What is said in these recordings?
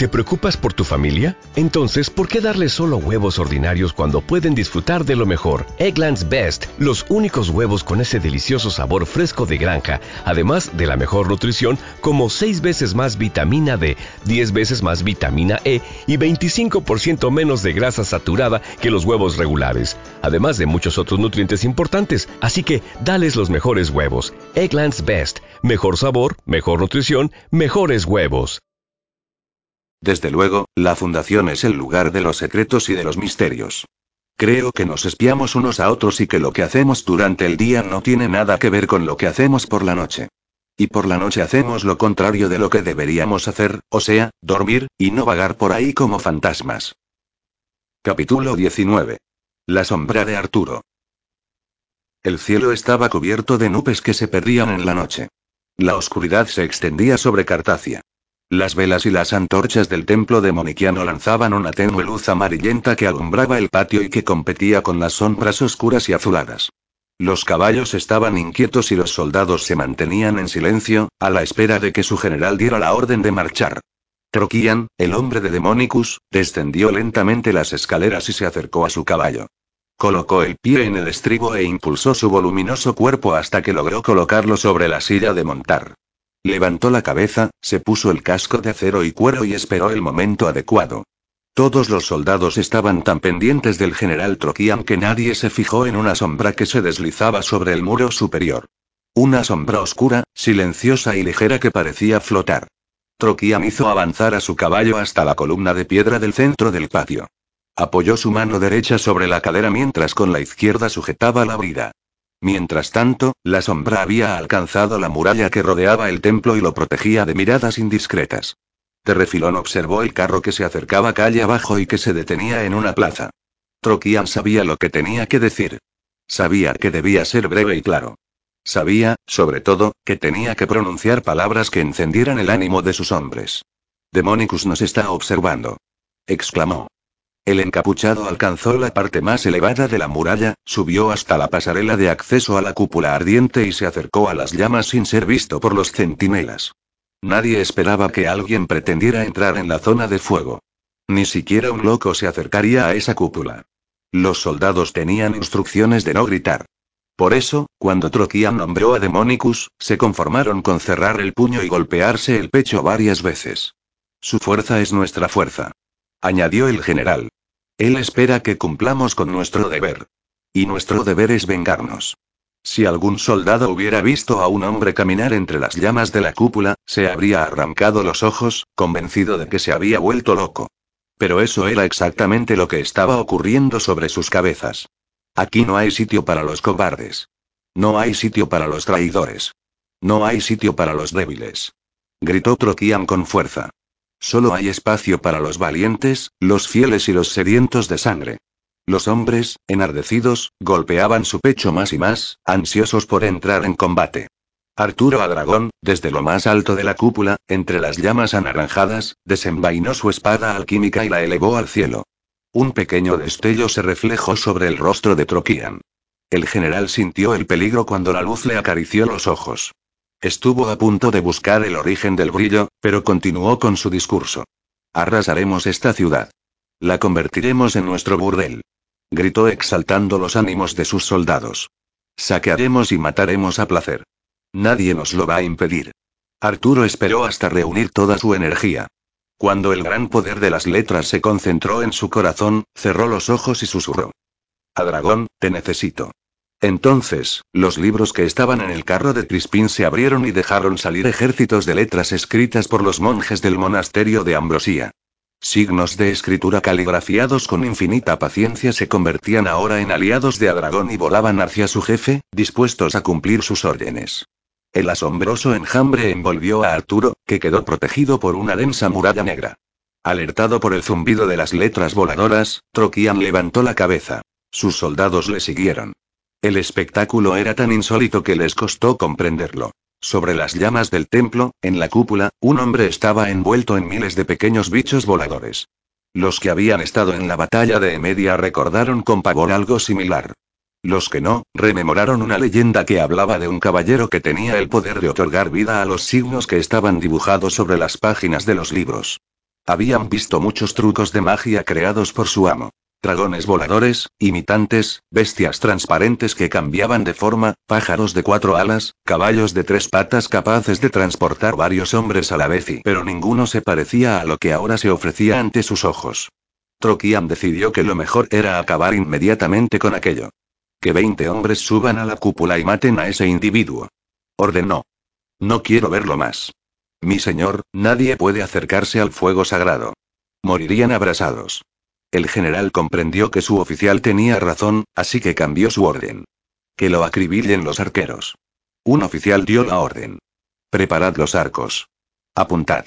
¿Te preocupas por tu familia? Entonces, ¿por qué darles solo huevos ordinarios cuando pueden disfrutar de lo mejor? Eggland's Best, los únicos huevos con ese delicioso sabor fresco de granja, además de la mejor nutrición, como 6 veces más vitamina D, 10 veces más vitamina E y 25% menos de grasa saturada que los huevos regulares, además de muchos otros nutrientes importantes. Así que, dales los mejores huevos. Eggland's Best, mejor sabor, mejor nutrición, mejores huevos. Desde luego, la fundación es el lugar de los secretos y de los misterios. Creo que nos espiamos unos a otros y que lo que hacemos durante el día no tiene nada que ver con lo que hacemos por la noche. Y por la noche hacemos lo contrario de lo que deberíamos hacer, o sea, dormir, y no vagar por ahí como fantasmas. Capítulo 19. La sombra de Arturo. El cielo estaba cubierto de nubes que se perdían en la noche. La oscuridad se extendía sobre Cartacia. Las velas y las antorchas del templo demoniquiano lanzaban una tenue luz amarillenta que alumbraba el patio y que competía con las sombras oscuras y azuladas. Los caballos estaban inquietos y los soldados se mantenían en silencio, a la espera de que su general diera la orden de marchar. Troquian, el hombre de Demonicus, descendió lentamente las escaleras y se acercó a su caballo. Colocó el pie en el estribo e impulsó su voluminoso cuerpo hasta que logró colocarlo sobre la silla de montar. Levantó la cabeza, se puso el casco de acero y cuero y esperó el momento adecuado. Todos los soldados estaban tan pendientes del general Troquian que nadie se fijó en una sombra que se deslizaba sobre el muro superior. Una sombra oscura, silenciosa y ligera que parecía flotar. Troquian hizo avanzar a su caballo hasta la columna de piedra del centro del patio. Apoyó su mano derecha sobre la cadera mientras con la izquierda sujetaba la brida. Mientras tanto, la sombra había alcanzado la muralla que rodeaba el templo y lo protegía de miradas indiscretas. De refilón observó el carro que se acercaba calle abajo y que se detenía en una plaza. Troquian sabía lo que tenía que decir. Sabía que debía ser breve y claro. Sabía, sobre todo, que tenía que pronunciar palabras que encendieran el ánimo de sus hombres. Demonicus nos está observando, exclamó. El encapuchado alcanzó la parte más elevada de la muralla, subió hasta la pasarela de acceso a la cúpula ardiente y se acercó a las llamas sin ser visto por los centinelas. Nadie esperaba que alguien pretendiera entrar en la zona de fuego. Ni siquiera un loco se acercaría a esa cúpula. Los soldados tenían instrucciones de no gritar. Por eso, cuando Troquian nombró a Demonicus, se conformaron con cerrar el puño y golpearse el pecho varias veces. Su fuerza es nuestra fuerza, añadió el general. Él espera que cumplamos con nuestro deber. Y nuestro deber es vengarnos. Si algún soldado hubiera visto a un hombre caminar entre las llamas de la cúpula, se habría arrancado los ojos, convencido de que se había vuelto loco. Pero eso era exactamente lo que estaba ocurriendo sobre sus cabezas. Aquí no hay sitio para los cobardes. No hay sitio para los traidores. No hay sitio para los débiles. Gritó Troquian con fuerza. Solo hay espacio para los valientes, los fieles y los sedientos de sangre. Los hombres, enardecidos, golpeaban su pecho más y más, ansiosos por entrar en combate. Arturo Adragón, desde lo más alto de la cúpula, entre las llamas anaranjadas, desenvainó su espada alquímica y la elevó al cielo. Un pequeño destello se reflejó sobre el rostro de Troquian. El general sintió el peligro cuando la luz le acarició los ojos. Estuvo a punto de buscar el origen del brillo, pero continuó con su discurso. Arrasaremos esta ciudad. La convertiremos en nuestro burdel. Gritó exaltando los ánimos de sus soldados. Saquearemos y mataremos a placer. Nadie nos lo va a impedir. Arturo esperó hasta reunir toda su energía. Cuando el gran poder de las letras se concentró en su corazón, cerró los ojos y susurró. Adragón, te necesito. Entonces, los libros que estaban en el carro de Crispín se abrieron y dejaron salir ejércitos de letras escritas por los monjes del monasterio de Ambrosía. Signos de escritura caligrafiados con infinita paciencia se convertían ahora en aliados de Adragón y volaban hacia su jefe, dispuestos a cumplir sus órdenes. El asombroso enjambre envolvió a Arturo, que quedó protegido por una densa muralla negra. Alertado por el zumbido de las letras voladoras, Troquian levantó la cabeza. Sus soldados le siguieron. El espectáculo era tan insólito que les costó comprenderlo. Sobre las llamas del templo, en la cúpula, un hombre estaba envuelto en miles de pequeños bichos voladores. Los que habían estado en la batalla de Emedia recordaron con pavor algo similar. Los que no, rememoraron una leyenda que hablaba de un caballero que tenía el poder de otorgar vida a los signos que estaban dibujados sobre las páginas de los libros. Habían visto muchos trucos de magia creados por su amo. Dragones voladores, imitantes, bestias transparentes que cambiaban de forma, pájaros de 4 alas, caballos de 3 patas capaces de transportar varios hombres a la vez pero ninguno se parecía a lo que ahora se ofrecía ante sus ojos. Trokian decidió que lo mejor era acabar inmediatamente con aquello. Que 20 hombres suban a la cúpula y maten a ese individuo. Ordenó. No quiero verlo más. Mi señor, nadie puede acercarse al fuego sagrado. Morirían abrasados. El general comprendió que su oficial tenía razón, así que cambió su orden. Que lo acribillen los arqueros. Un oficial dio la orden. Preparad los arcos. Apuntad.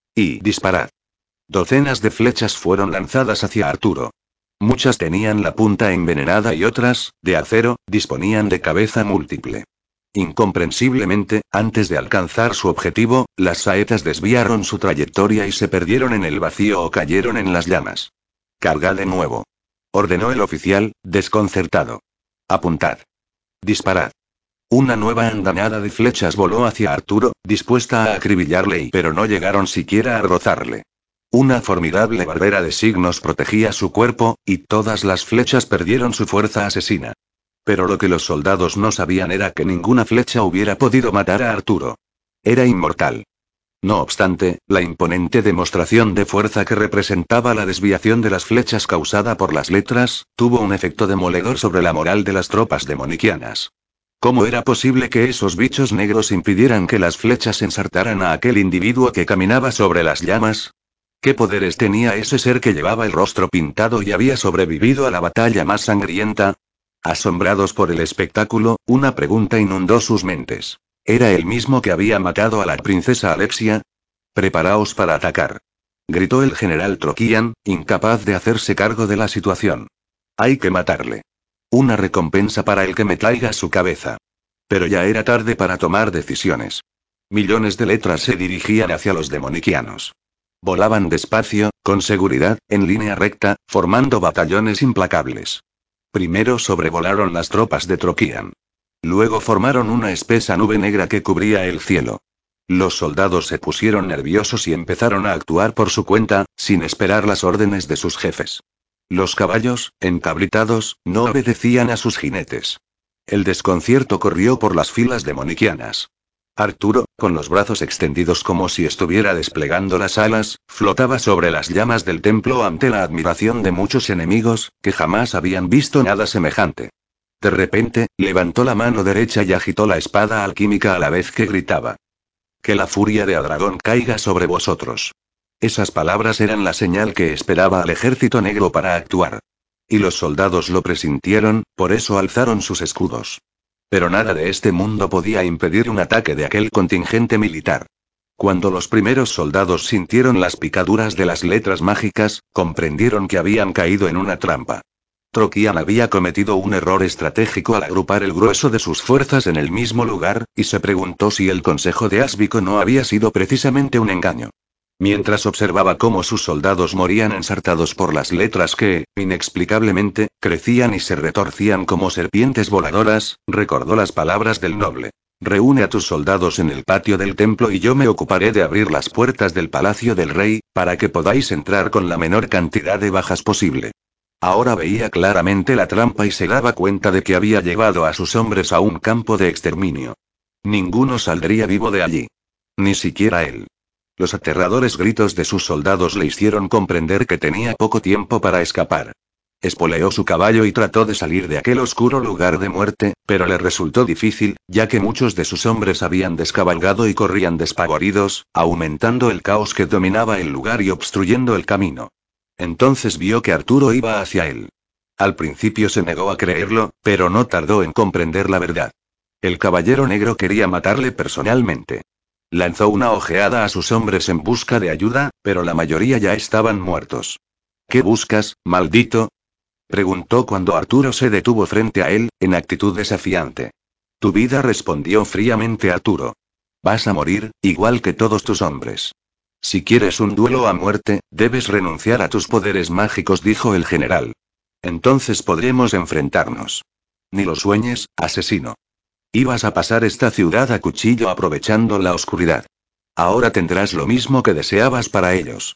Y disparad. Docenas de flechas fueron lanzadas hacia Arturo. Muchas tenían la punta envenenada y otras, de acero, disponían de cabeza múltiple. Incomprensiblemente, antes de alcanzar su objetivo, las saetas desviaron su trayectoria y se perdieron en el vacío o cayeron en las llamas. Cargad de nuevo. Ordenó el oficial, desconcertado. Apuntad. Disparad. Una nueva andanada de flechas voló hacia Arturo, dispuesta a acribillarle pero no llegaron siquiera a rozarle. Una formidable barrera de signos protegía su cuerpo, y todas las flechas perdieron su fuerza asesina. Pero lo que los soldados no sabían era que ninguna flecha hubiera podido matar a Arturo. Era inmortal. No obstante, la imponente demostración de fuerza que representaba la desviación de las flechas causada por las letras, tuvo un efecto demoledor sobre la moral de las tropas demoniquianas. ¿Cómo era posible que esos bichos negros impidieran que las flechas ensartaran a aquel individuo que caminaba sobre las llamas? ¿Qué poderes tenía ese ser que llevaba el rostro pintado y había sobrevivido a la batalla más sangrienta? Asombrados por el espectáculo, una pregunta inundó sus mentes. ¿Era el mismo que había matado a la princesa Alexia? Preparaos para atacar. Gritó el general Trokian, incapaz de hacerse cargo de la situación. Hay que matarle. Una recompensa para el que me traiga su cabeza. Pero ya era tarde para tomar decisiones. Millones de letras se dirigían hacia los demoniquianos. Volaban despacio, con seguridad, en línea recta, formando batallones implacables. Primero sobrevolaron las tropas de Trokian. Luego formaron una espesa nube negra que cubría el cielo. Los soldados se pusieron nerviosos y empezaron a actuar por su cuenta, sin esperar las órdenes de sus jefes. Los caballos, encabritados, no obedecían a sus jinetes. El desconcierto corrió por las filas demoniquianas. Arturo, con los brazos extendidos como si estuviera desplegando las alas, flotaba sobre las llamas del templo ante la admiración de muchos enemigos, que jamás habían visto nada semejante. De repente, levantó la mano derecha y agitó la espada alquímica a la vez que gritaba. Que la furia de Adragón caiga sobre vosotros. Esas palabras eran la señal que esperaba al ejército negro para actuar. Y los soldados lo presintieron, por eso alzaron sus escudos. Pero nada de este mundo podía impedir un ataque de aquel contingente militar. Cuando los primeros soldados sintieron las picaduras de las letras mágicas, comprendieron que habían caído en una trampa. Trokian había cometido un error estratégico al agrupar el grueso de sus fuerzas en el mismo lugar, y se preguntó si el consejo de Asbico no había sido precisamente un engaño. Mientras observaba cómo sus soldados morían ensartados por las letras que, inexplicablemente, crecían y se retorcían como serpientes voladoras, recordó las palabras del noble. Reúne a tus soldados en el patio del templo y yo me ocuparé de abrir las puertas del palacio del rey, para que podáis entrar con la menor cantidad de bajas posible. Ahora veía claramente la trampa y se daba cuenta de que había llevado a sus hombres a un campo de exterminio. Ninguno saldría vivo de allí. Ni siquiera él. Los aterradores gritos de sus soldados le hicieron comprender que tenía poco tiempo para escapar. Espoleó su caballo y trató de salir de aquel oscuro lugar de muerte, pero le resultó difícil, ya que muchos de sus hombres habían descabalgado y corrían despavoridos, aumentando el caos que dominaba el lugar y obstruyendo el camino. Entonces vio que Arturo iba hacia él. Al principio se negó a creerlo, pero no tardó en comprender la verdad. El caballero negro quería matarle personalmente. Lanzó una ojeada a sus hombres en busca de ayuda, pero la mayoría ya estaban muertos. ¿Qué buscas, maldito? Preguntó cuando Arturo se detuvo frente a él, en actitud desafiante. Tu vida, respondió fríamente Arturo. Vas a morir, igual que todos tus hombres. Si quieres un duelo a muerte, debes renunciar a tus poderes mágicos, dijo el general. Entonces podremos enfrentarnos. Ni lo sueñes, asesino. Ibas a pasar esta ciudad a cuchillo aprovechando la oscuridad. Ahora tendrás lo mismo que deseabas para ellos.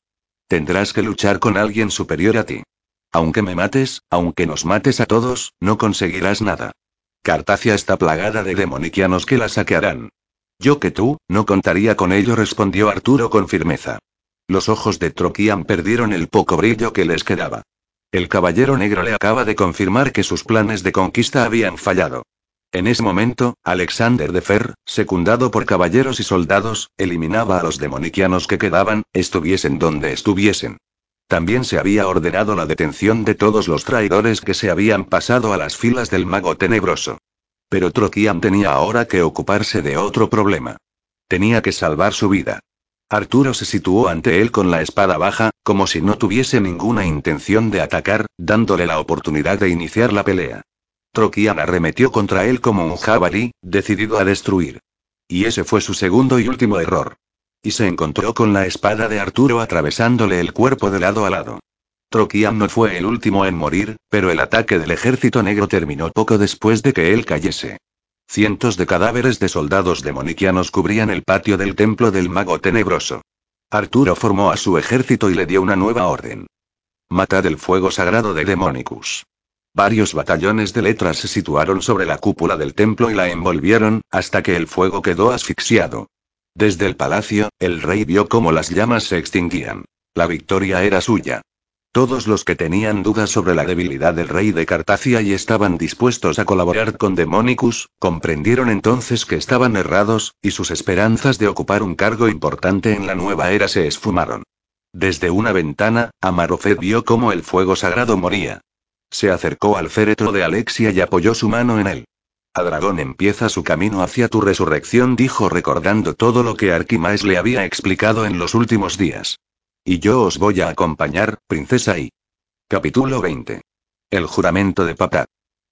Tendrás que luchar con alguien superior a ti. Aunque me mates, aunque nos mates a todos, no conseguirás nada. Cartacia está plagada de demoniquianos que la saquearán. Yo que tú, no contaría con ello, respondió Arturo con firmeza. Los ojos de Trokian perdieron el poco brillo que les quedaba. El caballero negro le acaba de confirmar que sus planes de conquista habían fallado. En ese momento, Alexander de Fer, secundado por caballeros y soldados, eliminaba a los demoniquianos que quedaban, estuviesen donde estuviesen. También se había ordenado la detención de todos los traidores que se habían pasado a las filas del mago tenebroso. Pero Trokian tenía ahora que ocuparse de otro problema. Tenía que salvar su vida. Arturo se situó ante él con la espada baja, como si no tuviese ninguna intención de atacar, dándole la oportunidad de iniciar la pelea. Trokian arremetió contra él como un jabalí, decidido a destruir. Y ese fue su segundo y último error. Y se encontró con la espada de Arturo atravesándole el cuerpo de lado a lado. Trokian no fue el último en morir, pero el ataque del ejército negro terminó poco después de que él cayese. Cientos de cadáveres de soldados demoniquianos cubrían el patio del templo del mago tenebroso. Arturo formó a su ejército y le dio una nueva orden. Matad el fuego sagrado de Demonicus. Varios batallones de letras se situaron sobre la cúpula del templo y la envolvieron, hasta que el fuego quedó asfixiado. Desde el palacio, el rey vio cómo las llamas se extinguían. La victoria era suya. Todos los que tenían dudas sobre la debilidad del rey de Cartacia y estaban dispuestos a colaborar con Demonicus, comprendieron entonces que estaban errados, y sus esperanzas de ocupar un cargo importante en la nueva era se esfumaron. Desde una ventana, Amarofet vio cómo el fuego sagrado moría. Se acercó al féretro de Alexia y apoyó su mano en él. Adragón empieza su camino hacia tu resurrección, dijo recordando todo lo que Arquimaes le había explicado en los últimos días. Y yo os voy a acompañar, princesa y... Capítulo 20. El juramento de papá.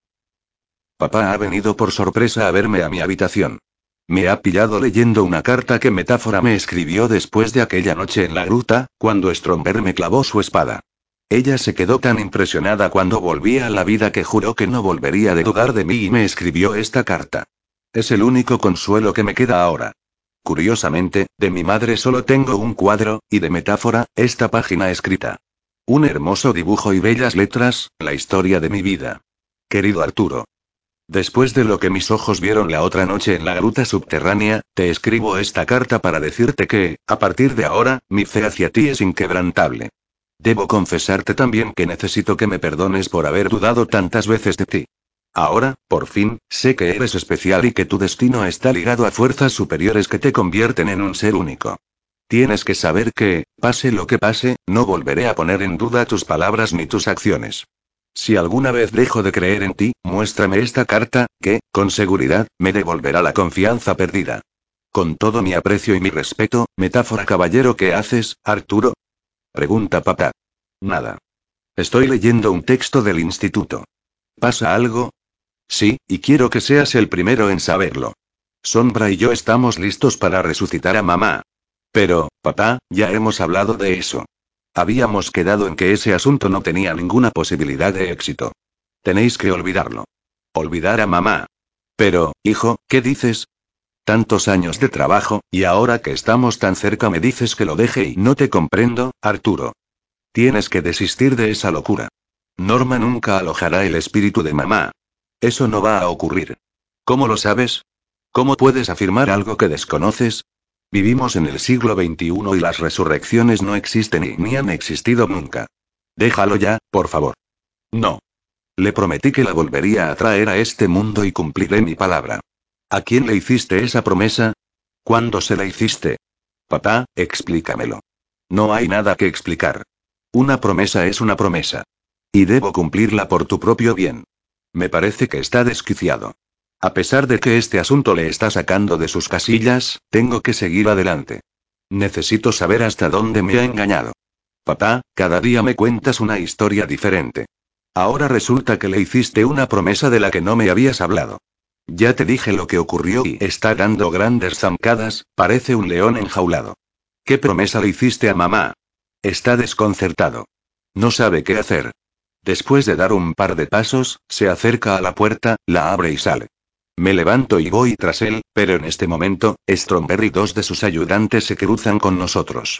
Papá ha venido por sorpresa a verme a mi habitación. Me ha pillado leyendo una carta que Metáfora me escribió después de aquella noche en la gruta, cuando Stromberg me clavó su espada. Ella se quedó tan impresionada cuando volví a la vida que juró que no volvería a dudar de mí y me escribió esta carta. Es el único consuelo que me queda ahora. Curiosamente, de mi madre solo tengo un cuadro, y de Metáfora, esta página escrita. Un hermoso dibujo y bellas letras, la historia de mi vida. Querido Arturo. Después de lo que mis ojos vieron la otra noche en la gruta subterránea, te escribo esta carta para decirte que, a partir de ahora, mi fe hacia ti es inquebrantable. Debo confesarte también que necesito que me perdones por haber dudado tantas veces de ti. Ahora, por fin, sé que eres especial y que tu destino está ligado a fuerzas superiores que te convierten en un ser único. Tienes que saber que, pase lo que pase, no volveré a poner en duda tus palabras ni tus acciones. Si alguna vez dejo de creer en ti, muéstrame esta carta, que, con seguridad, me devolverá la confianza perdida. Con todo mi aprecio y mi respeto, Metáfora caballero, ¿qué haces, Arturo? Pregunta papá. Nada. Estoy leyendo un texto del instituto. ¿Pasa algo? Sí, y quiero que seas el primero en saberlo. Sombra y yo estamos listos para resucitar a mamá. Pero, papá, ya hemos hablado de eso. Habíamos quedado en que ese asunto no tenía ninguna posibilidad de éxito. Tenéis que olvidarlo. Olvidar a mamá. Pero, hijo, ¿qué dices? Tantos años de trabajo, y ahora que estamos tan cerca me dices que lo deje y no te comprendo, Arturo. Tienes que desistir de esa locura. Norma nunca alojará el espíritu de mamá. Eso no va a ocurrir. ¿Cómo lo sabes? ¿Cómo puedes afirmar algo que desconoces? Vivimos en el siglo XXI y las resurrecciones no existen y ni han existido nunca. Déjalo ya, por favor. No. Le prometí que la volvería a traer a este mundo y cumpliré mi palabra. ¿A quién le hiciste esa promesa? ¿Cuándo se la hiciste? Papá, explícamelo. No hay nada que explicar. Una promesa es una promesa. Y debo cumplirla por tu propio bien. Me parece que está desquiciado. A pesar de que este asunto le está sacando de sus casillas, tengo que seguir adelante. Necesito saber hasta dónde me ha engañado. Papá, cada día me cuentas una historia diferente. Ahora resulta que le hiciste una promesa de la que no me habías hablado. Ya te dije lo que ocurrió y está dando grandes zancadas, parece un león enjaulado. ¿Qué promesa le hiciste a mamá? Está desconcertado. No sabe qué hacer. Después de dar un par de pasos, se acerca a la puerta, la abre y sale. Me levanto y voy tras él, pero en este momento, Stromberg y dos de sus ayudantes se cruzan con nosotros.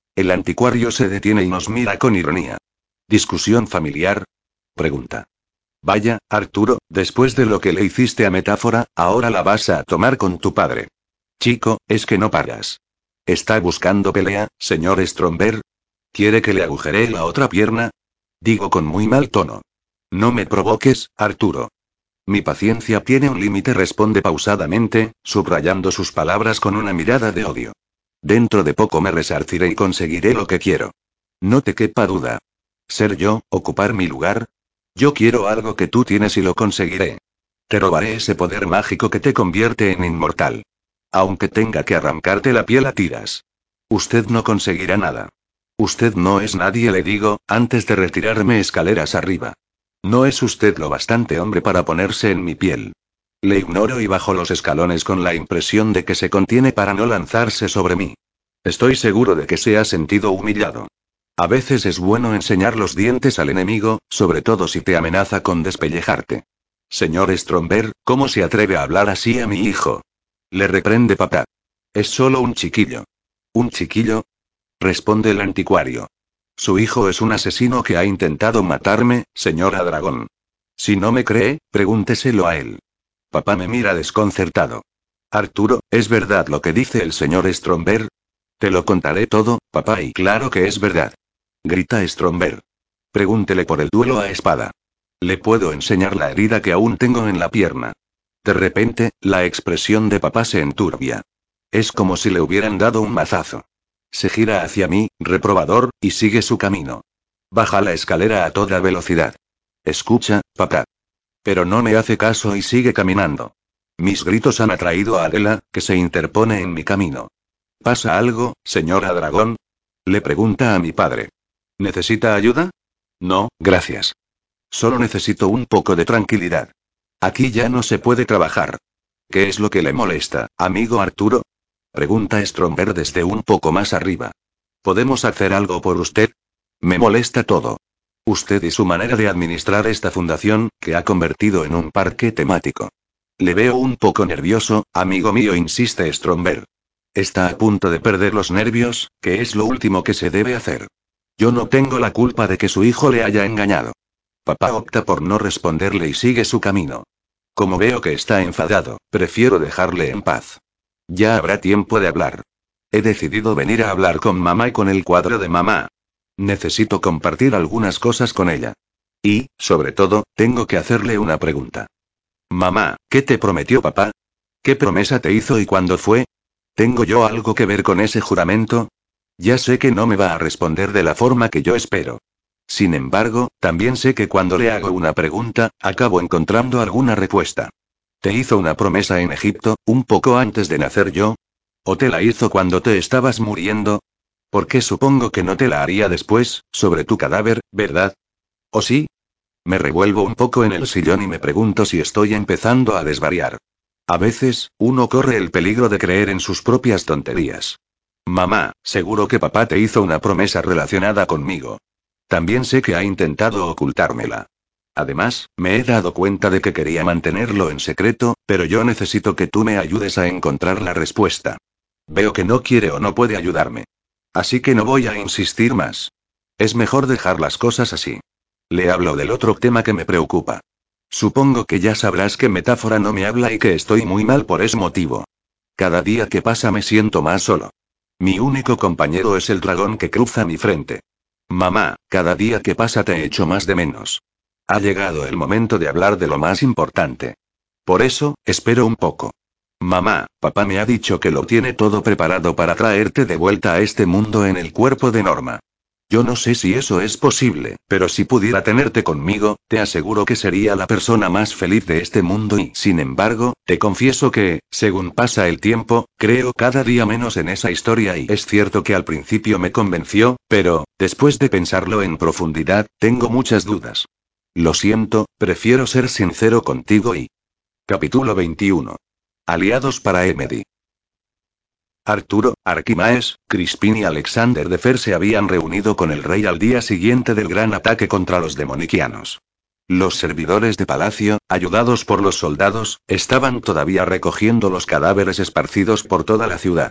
El anticuario se detiene y nos mira con ironía. ¿Discusión familiar? Pregunta. Vaya, Arturo, después de lo que le hiciste a Metáfora, ahora la vas a tomar con tu padre. Chico, es que no paras. ¿Está buscando pelea, señor Stromberg? ¿Quiere que le agujeree la otra pierna? Digo con muy mal tono. No me provoques, Arturo. Mi paciencia tiene un límite, responde pausadamente, subrayando sus palabras con una mirada de odio. Dentro de poco me resarciré y conseguiré lo que quiero. No te quepa duda. ¿Ser yo, ocupar mi lugar? Yo quiero algo que tú tienes y lo conseguiré. Te robaré ese poder mágico que te convierte en inmortal. Aunque tenga que arrancarte la piel a tiras. Usted no conseguirá nada. Usted no es nadie, le digo, antes de retirarme escaleras arriba. No es usted lo bastante hombre para ponerse en mi piel. Le ignoro y bajo los escalones con la impresión de que se contiene para no lanzarse sobre mí. Estoy seguro de que se ha sentido humillado. A veces es bueno enseñar los dientes al enemigo, sobre todo si te amenaza con despellejarte. Señor Stromberg, ¿cómo se atreve a hablar así a mi hijo? Le reprende papá. Es solo un chiquillo. ¿Un chiquillo? Responde el anticuario. Su hijo es un asesino que ha intentado matarme, señora Dragón. Si no me cree, pregúnteselo a él. Papá me mira desconcertado. Arturo, ¿es verdad lo que dice el señor Stromberg? Te lo contaré todo, papá, y claro que es verdad. Grita Stromberg. Pregúntele por el duelo a espada. Le puedo enseñar la herida que aún tengo en la pierna. De repente, la expresión de papá se enturbia. Es como si le hubieran dado un mazazo. Se gira hacia mí, reprobador, y sigue su camino. Baja la escalera a toda velocidad. Escucha, papá. Pero no me hace caso y sigue caminando. Mis gritos han atraído a Adela, que se interpone en mi camino. ¿Pasa algo, señora Dragón? Le pregunta a mi padre. ¿Necesita ayuda? No, gracias. Solo necesito un poco de tranquilidad. Aquí ya no se puede trabajar. ¿Qué es lo que le molesta, amigo Arturo? Pregunta Stromberg desde un poco más arriba. ¿Podemos hacer algo por usted? Me molesta todo. Usted y su manera de administrar esta fundación, que ha convertido en un parque temático. Le veo un poco nervioso, amigo mío, insiste Stromberg. Está a punto de perder los nervios, que es lo último que se debe hacer. Yo no tengo la culpa de que su hijo le haya engañado. Papá opta por no responderle y sigue su camino. Como veo que está enfadado, prefiero dejarle en paz. Ya habrá tiempo de hablar. He decidido venir a hablar con mamá y con el cuadro de mamá. Necesito compartir algunas cosas con ella. Y, sobre todo, tengo que hacerle una pregunta. Mamá, ¿qué te prometió papá? ¿Qué promesa te hizo y cuándo fue? ¿Tengo yo algo que ver con ese juramento? Ya sé que no me va a responder de la forma que yo espero. Sin embargo, también sé que cuando le hago una pregunta, acabo encontrando alguna respuesta. ¿Te hizo una promesa en Egipto, un poco antes de nacer yo? ¿O te la hizo cuando te estabas muriendo? Porque supongo que no te la haría después, sobre tu cadáver, ¿verdad? ¿O sí? Me revuelvo un poco en el sillón y me pregunto si estoy empezando a desvariar. A veces, uno corre el peligro de creer en sus propias tonterías. Mamá, seguro que papá te hizo una promesa relacionada conmigo. También sé que ha intentado ocultármela. Además, me he dado cuenta de que quería mantenerlo en secreto, pero yo necesito que tú me ayudes a encontrar la respuesta. Veo que no quiere o no puede ayudarme. Así que no voy a insistir más. Es mejor dejar las cosas así. Le hablo del otro tema que me preocupa. Supongo que ya sabrás que Metáfora no me habla y que estoy muy mal por ese motivo. Cada día que pasa me siento más solo. Mi único compañero es el dragón que cruza mi frente. Mamá, cada día que pasa te echo más de menos. Ha llegado el momento de hablar de lo más importante. Por eso, espero un poco. Mamá, papá me ha dicho que lo tiene todo preparado para traerte de vuelta a este mundo en el cuerpo de Norma. Yo no sé si eso es posible, pero si pudiera tenerte conmigo, te aseguro que sería la persona más feliz de este mundo y, sin embargo, te confieso que, según pasa el tiempo, creo cada día menos en esa historia y es cierto que al principio me convenció, pero, después de pensarlo en profundidad, tengo muchas dudas. Lo siento, prefiero ser sincero contigo y... Capítulo 21. Aliados para Emedy. Arturo, Arquimaes, Crispín y Alexander de Fer se habían reunido con el rey al día siguiente del gran ataque contra los demoniquianos. Los servidores de palacio, ayudados por los soldados, estaban todavía recogiendo los cadáveres esparcidos por toda la ciudad.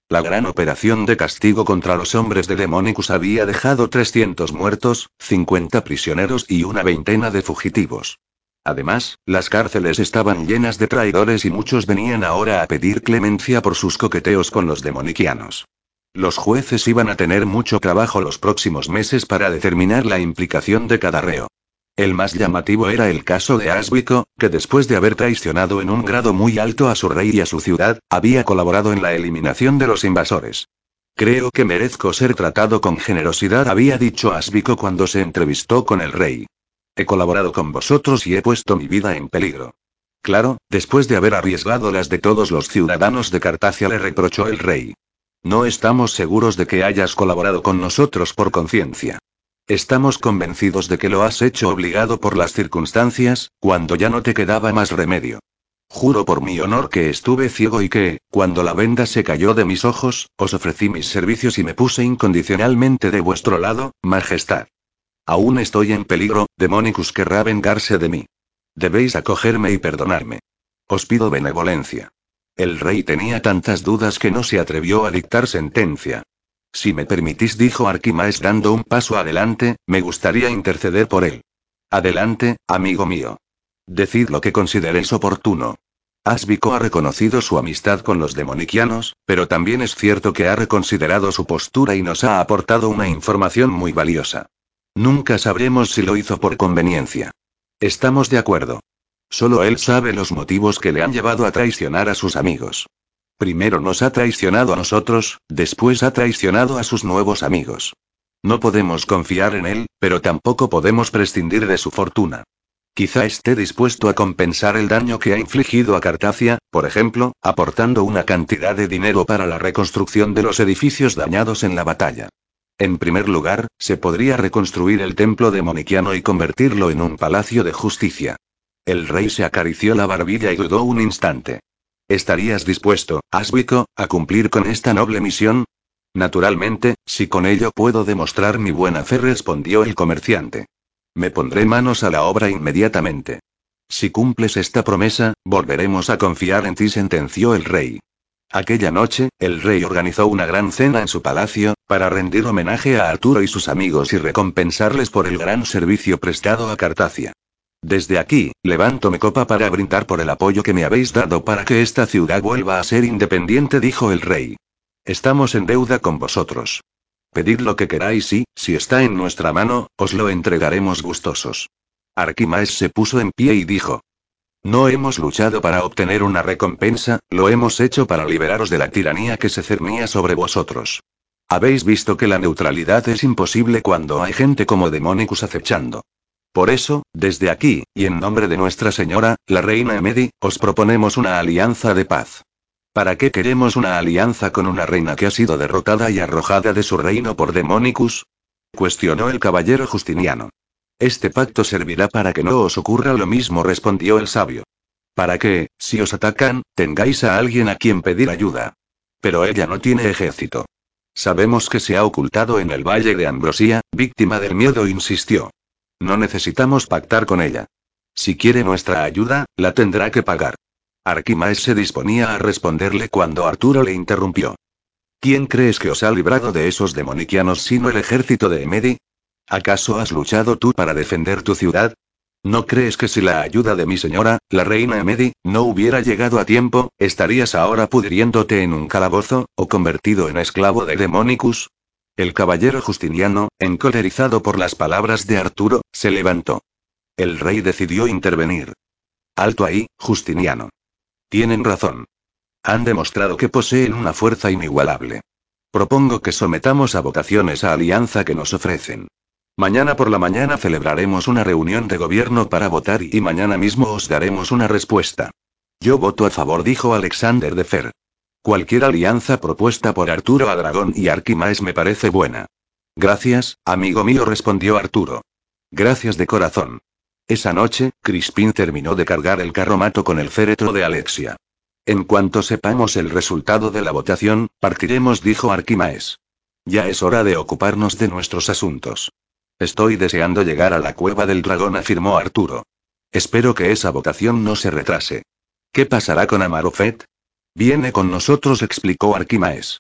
La gran operación de castigo contra los hombres de Demonicus había dejado 300 muertos, 50 prisioneros y una veintena de fugitivos. Además, las cárceles estaban llenas de traidores y muchos venían ahora a pedir clemencia por sus coqueteos con los demonicianos. Los jueces iban a tener mucho trabajo los próximos meses para determinar la implicación de cada reo. El más llamativo era el caso de Asbico, que después de haber traicionado en un grado muy alto a su rey y a su ciudad, había colaborado en la eliminación de los invasores. Creo que merezco ser tratado con generosidad, había dicho Asbico cuando se entrevistó con el rey. He colaborado con vosotros y he puesto mi vida en peligro. Claro, después de haber arriesgado las de todos los ciudadanos de Cartacia, le reprochó el rey. No estamos seguros de que hayas colaborado con nosotros por conciencia. Estamos convencidos de que lo has hecho obligado por las circunstancias, cuando ya no te quedaba más remedio. Juro por mi honor que estuve ciego y que, cuando la venda se cayó de mis ojos, os ofrecí mis servicios y me puse incondicionalmente de vuestro lado, Majestad. Aún estoy en peligro, Demonicus querrá vengarse de mí. Debéis acogerme y perdonarme. Os pido benevolencia. El rey tenía tantas dudas que no se atrevió a dictar sentencia. Si me permitís, dijo Arquimaes dando un paso adelante, me gustaría interceder por él. Adelante, amigo mío. Decid lo que consideréis oportuno. Asbico ha reconocido su amistad con los demonicianos, pero también es cierto que ha reconsiderado su postura y nos ha aportado una información muy valiosa. Nunca sabremos si lo hizo por conveniencia. Estamos de acuerdo. Solo él sabe los motivos que le han llevado a traicionar a sus amigos. Primero nos ha traicionado a nosotros, después ha traicionado a sus nuevos amigos. No podemos confiar en él, pero tampoco podemos prescindir de su fortuna. Quizá esté dispuesto a compensar el daño que ha infligido a Cartacia, por ejemplo, aportando una cantidad de dinero para la reconstrucción de los edificios dañados en la batalla. En primer lugar, se podría reconstruir el templo demoniciano y convertirlo en un palacio de justicia. El rey se acarició la barbilla y dudó un instante. ¿Estarías dispuesto, Asbico, a cumplir con esta noble misión? Naturalmente, si con ello puedo demostrar mi buena fe, respondió el comerciante. Me pondré manos a la obra inmediatamente. Si cumples esta promesa, volveremos a confiar en ti, sentenció el rey. Aquella noche, el rey organizó una gran cena en su palacio, para rendir homenaje a Arturo y sus amigos y recompensarles por el gran servicio prestado a Cartacia. Desde aquí, levanto mi copa para brindar por el apoyo que me habéis dado para que esta ciudad vuelva a ser independiente, dijo el rey. Estamos en deuda con vosotros. Pedid lo que queráis y, si está en nuestra mano, os lo entregaremos gustosos. Arquimaes se puso en pie y dijo. No hemos luchado para obtener una recompensa, lo hemos hecho para liberaros de la tiranía que se cernía sobre vosotros. Habéis visto que la neutralidad es imposible cuando hay gente como Demonicus acechando. Por eso, desde aquí, y en nombre de Nuestra Señora, la Reina Emedi, os proponemos una alianza de paz. ¿Para qué queremos una alianza con una reina que ha sido derrotada y arrojada de su reino por Demonicus? Cuestionó el caballero Justiniano. Este pacto servirá para que no os ocurra lo mismo, respondió el sabio. Para que, si os atacan, tengáis a alguien a quien pedir ayuda. Pero ella no tiene ejército. Sabemos que se ha ocultado en el Valle de Ambrosía, víctima del miedo, insistió. No necesitamos pactar con ella. Si quiere nuestra ayuda, la tendrá que pagar. Arquimaes se disponía a responderle cuando Arturo le interrumpió. ¿Quién crees que os ha librado de esos demonicianos sino el ejército de Emedi? ¿Acaso has luchado tú para defender tu ciudad? ¿No crees que si la ayuda de mi señora, la reina Emedi, no hubiera llegado a tiempo, estarías ahora pudriéndote en un calabozo, o convertido en esclavo de Demonicus? El caballero Justiniano, encolerizado por las palabras de Arturo, se levantó. El rey decidió intervenir. Alto ahí, Justiniano. Tienen razón. Han demostrado que poseen una fuerza inigualable. Propongo que sometamos a votación esa alianza que nos ofrecen. Mañana por la mañana celebraremos una reunión de gobierno para votar y mañana mismo os daremos una respuesta. Yo voto a favor, dijo Alexander de Fer. Cualquier alianza propuesta por Arturo a Dragón y Arquimaes me parece buena. Gracias, amigo mío, respondió Arturo. Gracias de corazón. Esa noche, Crispín terminó de cargar el carromato con el féretro de Alexia. En cuanto sepamos el resultado de la votación, partiremos, dijo Arquimaes. Ya es hora de ocuparnos de nuestros asuntos. Estoy deseando llegar a la cueva del dragón, afirmó Arturo. Espero que esa votación no se retrase. ¿Qué pasará con Amarofet? Viene con nosotros, explicó Arquimaes.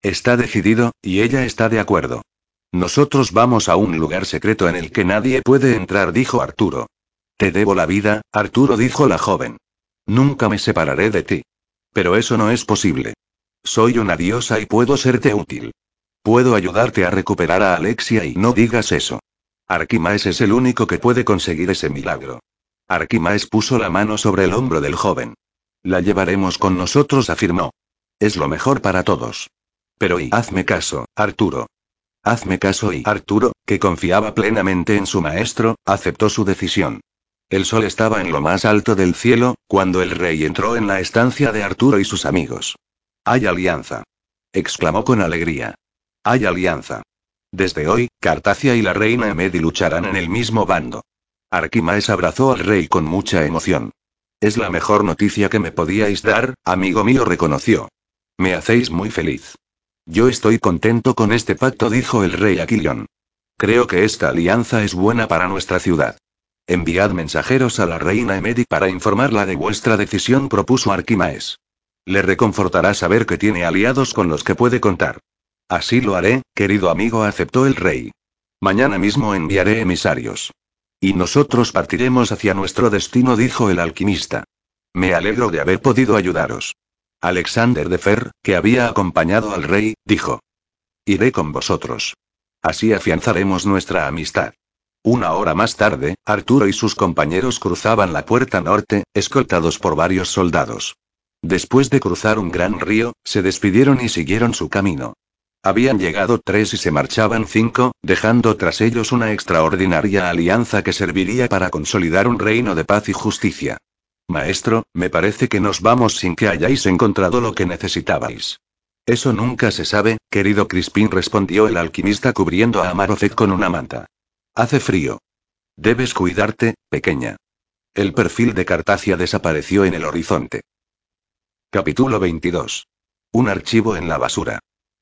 Está decidido, y ella está de acuerdo. Nosotros vamos a un lugar secreto en el que nadie puede entrar, dijo Arturo. Te debo la vida, Arturo, dijo la joven. Nunca me separaré de ti. Pero eso no es posible. Soy una diosa y puedo serte útil. Puedo ayudarte a recuperar a Alexia y no digas eso. Arquimaes es el único que puede conseguir ese milagro. Arquimaes puso la mano sobre el hombro del joven. La llevaremos con nosotros, afirmó. Es lo mejor para todos. Pero hazme caso, Arturo. Hazme caso, y Arturo, que confiaba plenamente en su maestro, aceptó su decisión. El sol estaba en lo más alto del cielo, cuando el rey entró en la estancia de Arturo y sus amigos. ¡Hay alianza! Exclamó con alegría. ¡Hay alianza! Desde hoy, Cartacia y la reina Emedi lucharán en el mismo bando. Arquimaes abrazó al rey con mucha emoción. Es la mejor noticia que me podíais dar, amigo mío, reconoció. Me hacéis muy feliz. Yo estoy contento con este pacto, dijo el rey Aquilión. Creo que esta alianza es buena para nuestra ciudad. Enviad mensajeros a la reina Emedi para informarla de vuestra decisión, propuso Arquimaes. Le reconfortará saber que tiene aliados con los que puede contar. Así lo haré, querido amigo, aceptó el rey. Mañana mismo enviaré emisarios. Y nosotros partiremos hacia nuestro destino, dijo el alquimista. Me alegro de haber podido ayudaros. Alexander de Fer, que había acompañado al rey, dijo. Iré con vosotros. Así afianzaremos nuestra amistad. Una hora más tarde, Arturo y sus compañeros cruzaban la puerta norte, escoltados por varios soldados. Después de cruzar un gran río, se despidieron y siguieron su camino. Habían llegado 3 y se marchaban 5, dejando tras ellos una extraordinaria alianza que serviría para consolidar un reino de paz y justicia. Maestro, me parece que nos vamos sin que hayáis encontrado lo que necesitabais. Eso nunca se sabe, querido Crispín, respondió el alquimista cubriendo a Amarofet con una manta. Hace frío. Debes cuidarte, pequeña. El perfil de Cartacia desapareció en el horizonte. Capítulo 22. Un archivo en la basura.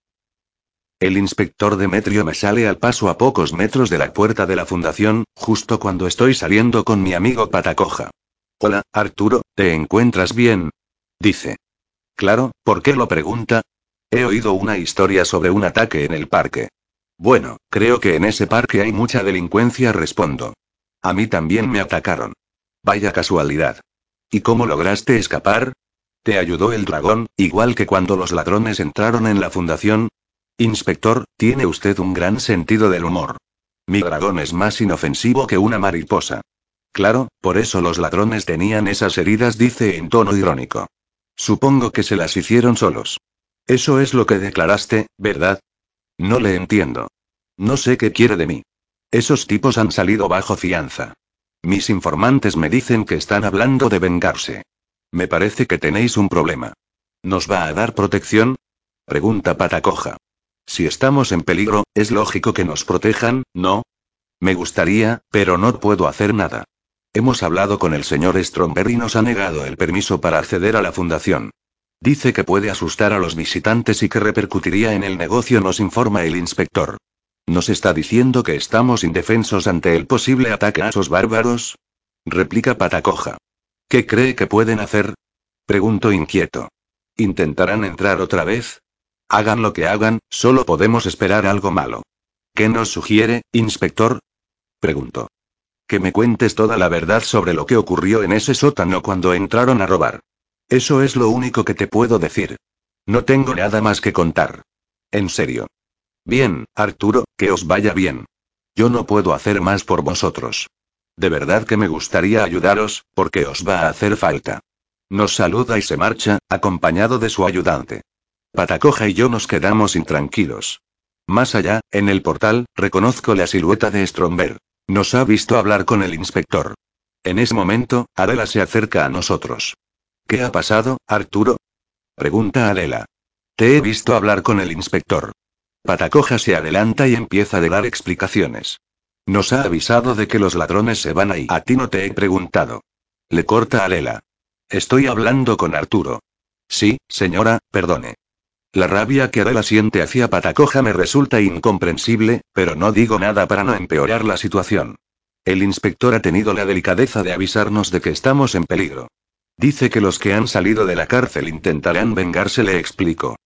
El inspector Demetrio me sale al paso a pocos metros de la puerta de la fundación, justo cuando estoy saliendo con mi amigo Patacoja. Hola, Arturo, ¿te encuentras bien? Dice. Claro, ¿por qué lo pregunta? He oído una historia sobre un ataque en el parque. Bueno, creo que en ese parque hay mucha delincuencia, respondo. A mí también me atacaron. Vaya casualidad. ¿Y cómo lograste escapar? ¿Te ayudó el dragón, igual que cuando los ladrones entraron en la fundación? Inspector, tiene usted un gran sentido del humor. Mi dragón es más inofensivo que una mariposa. Claro, por eso los ladrones tenían esas heridas, dice en tono irónico. Supongo que se las hicieron solos. Eso es lo que declaraste, ¿verdad? No le entiendo. No sé qué quiere de mí. Esos tipos han salido bajo fianza. Mis informantes me dicen que están hablando de vengarse. Me parece que tenéis un problema. ¿Nos va a dar protección? Pregunta Patacoja. Si estamos en peligro, es lógico que nos protejan, ¿no? Me gustaría, pero no puedo hacer nada. Hemos hablado con el señor Stromberg y nos ha negado el permiso para acceder a la fundación. Dice que puede asustar a los visitantes y que repercutiría en el negocio, nos informa el inspector. ¿Nos está diciendo que estamos indefensos ante el posible ataque a esos bárbaros? Replica Patacoja. ¿Qué cree que pueden hacer? Pregunto inquieto. ¿Intentarán entrar otra vez? Hagan lo que hagan, solo podemos esperar algo malo. ¿Qué nos sugiere, inspector? Pregunto. Que me cuentes toda la verdad sobre lo que ocurrió en ese sótano cuando entraron a robar. Eso es lo único que te puedo decir. No tengo nada más que contar. En serio. Bien, Arturo, que os vaya bien. Yo no puedo hacer más por vosotros. De verdad que me gustaría ayudaros, porque os va a hacer falta. Nos saluda y se marcha, acompañado de su ayudante. Patacoja y yo nos quedamos intranquilos. Más allá, en el portal, reconozco la silueta de Stromberg. Nos ha visto hablar con el inspector. En ese momento, Adela se acerca a nosotros. ¿Qué ha pasado, Arturo? Pregunta Adela. Te he visto hablar con el inspector. Patacoja se adelanta y empieza a dar explicaciones. Nos ha avisado de que los ladrones se van ahí. A ti no te he preguntado. Le corta Adela. Estoy hablando con Arturo. Sí, señora, perdone. La rabia que Adela siente hacia Patacoja me resulta incomprensible, pero no digo nada para no empeorar la situación. El inspector ha tenido la delicadeza de avisarnos de que estamos en peligro. Dice que los que han salido de la cárcel intentarán vengarse, le explico.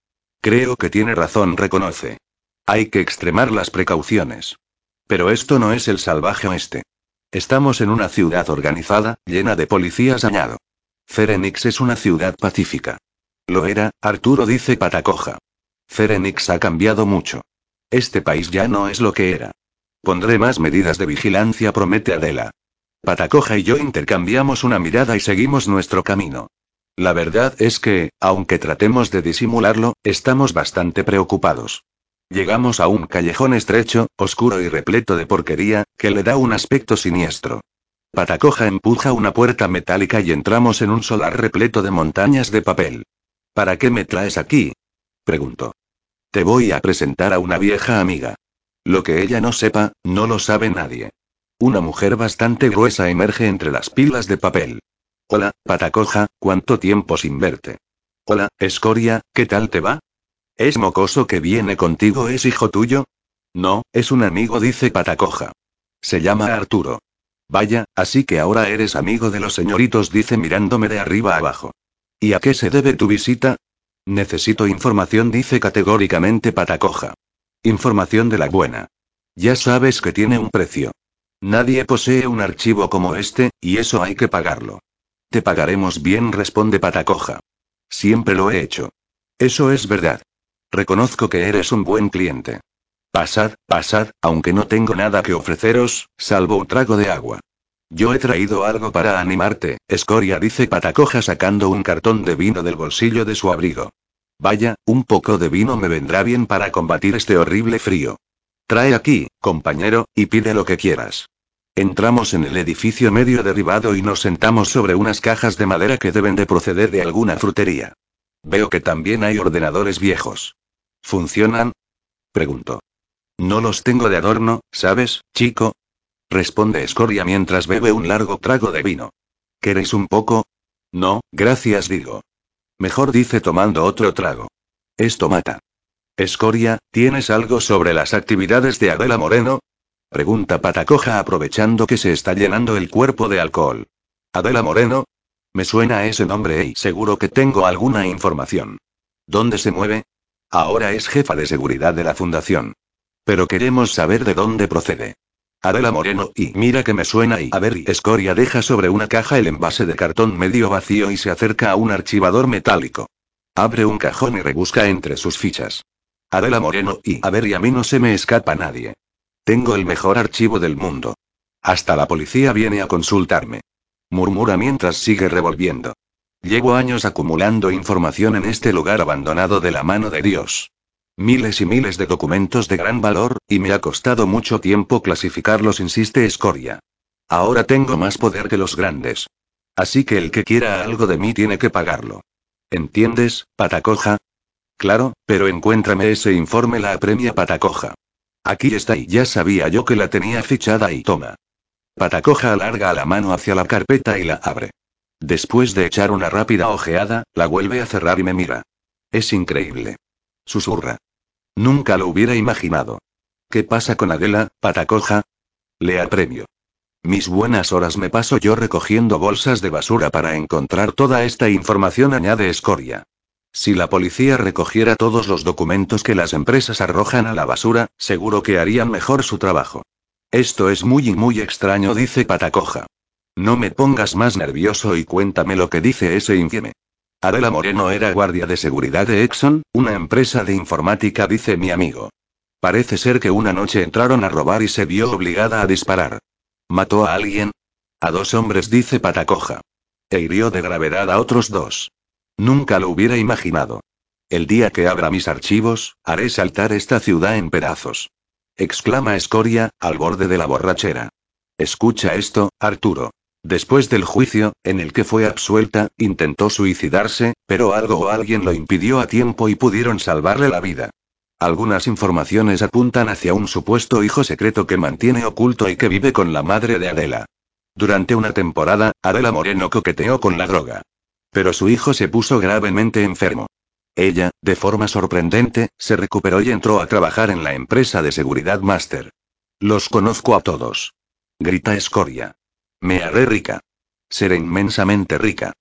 Creo que tiene razón, reconoce. Hay que extremar las precauciones. Pero esto no es el salvaje oeste. Estamos en una ciudad organizada, llena de policías, añado. Phoenix es una ciudad pacífica. Lo era, Arturo, dice Patacoja. Phoenix ha cambiado mucho. Este país ya no es lo que era. Pondré más medidas de vigilancia, promete Adela. Patacoja y yo intercambiamos una mirada y seguimos nuestro camino. La verdad es que, aunque tratemos de disimularlo, estamos bastante preocupados. Llegamos a un callejón estrecho, oscuro y repleto de porquería, que le da un aspecto siniestro. Patacoja empuja una puerta metálica y entramos en un solar repleto de montañas de papel. ¿Para qué me traes aquí?, preguntó. Te voy a presentar a una vieja amiga. Lo que ella no sepa, no lo sabe nadie. Una mujer bastante gruesa emerge entre las pilas de papel. Hola, Patacoja, ¿cuánto tiempo sin verte? Hola, Escoria, ¿qué tal te va? ¿Es mocoso que viene contigo es hijo tuyo? No, es un amigo, dice Patacoja. Se llama Arturo. Vaya, así que ahora eres amigo de los señoritos, dice mirándome de arriba abajo. ¿Y a qué se debe tu visita? Necesito información, dice categóricamente Patacoja. Información de la buena. Ya sabes que tiene un precio. Nadie posee un archivo como este, y eso hay que pagarlo. Te pagaremos bien, responde Patacoja. Siempre lo he hecho. Eso es verdad. Reconozco que eres un buen cliente. Pasad, pasad, aunque no tengo nada que ofreceros, salvo un trago de agua. Yo he traído algo para animarte, Escoria, dice Patacoja sacando un cartón de vino del bolsillo de su abrigo. Vaya, un poco de vino me vendrá bien para combatir este horrible frío. Trae aquí, compañero, y pide lo que quieras. Entramos en el edificio medio derribado y nos sentamos sobre unas cajas de madera que deben de proceder de alguna frutería. Veo que también hay ordenadores viejos. ¿Funcionan?, preguntó. No los tengo de adorno, ¿sabes, chico? Responde Escoria mientras bebe un largo trago de vino. ¿Queréis un poco? No, gracias, digo. Mejor, dice tomando otro trago. Esto mata. Escoria, ¿tienes algo sobre las actividades de Adela Moreno?, pregunta Patacoja aprovechando que se está llenando el cuerpo de alcohol. ¿Adela Moreno? Me suena ese nombre y seguro que tengo alguna información. ¿Dónde se mueve? Ahora es jefa de seguridad de la fundación. Pero queremos saber de dónde procede. Adela Moreno, y mira que me suena y a ver, y Escoria deja sobre una caja el envase de cartón medio vacío y se acerca a un archivador metálico. Abre un cajón y rebusca entre sus fichas. Adela Moreno, y a ver, y a mí no se me escapa nadie. Tengo el mejor archivo del mundo. Hasta la policía viene a consultarme. Murmura mientras sigue revolviendo. Llevo años acumulando información en este lugar abandonado de la mano de Dios. Miles y miles de documentos de gran valor, y me ha costado mucho tiempo clasificarlos, insiste Escoria. Ahora tengo más poder que los grandes. Así que el que quiera algo de mí tiene que pagarlo. ¿Entiendes, Patacoja? Claro, pero encuéntrame ese informe, la apremia Patacoja. Aquí está, y ya sabía yo que la tenía fichada, y toma. Patacoja alarga la mano hacia la carpeta y la abre. Después de echar una rápida ojeada, la vuelve a cerrar y me mira. Es increíble. Susurra. Nunca lo hubiera imaginado. ¿Qué pasa con Adela, Patacoja? Le apremio. Mis buenas horas me paso yo recogiendo bolsas de basura para encontrar toda esta información, añade Escoria. Si la policía recogiera todos los documentos que las empresas arrojan a la basura, seguro que harían mejor su trabajo. Esto es muy extraño, dice Patacoja. No me pongas más nervioso y cuéntame lo que dice ese infieme. Adela Moreno era guardia de seguridad de Exxon, una empresa de informática, dice mi amigo. Parece ser que una noche entraron a robar y se vio obligada a disparar. ¿Mató a alguien? A 2 hombres, dice Patacoja. E hirió de gravedad a otros 2. Nunca lo hubiera imaginado. El día que abra mis archivos, haré saltar esta ciudad en pedazos. Exclama Escoria, al borde de la borrachera. Escucha esto, Arturo. Después del juicio, en el que fue absuelta, intentó suicidarse, pero algo o alguien lo impidió a tiempo y pudieron salvarle la vida. Algunas informaciones apuntan hacia un supuesto hijo secreto que mantiene oculto y que vive con la madre de Adela. Durante una temporada, Adela Moreno coqueteó con la droga. Pero su hijo se puso gravemente enfermo. Ella, de forma sorprendente, se recuperó y entró a trabajar en la empresa de seguridad Master. Los conozco a todos. Grita Escoria. Me haré rica. Seré inmensamente rica.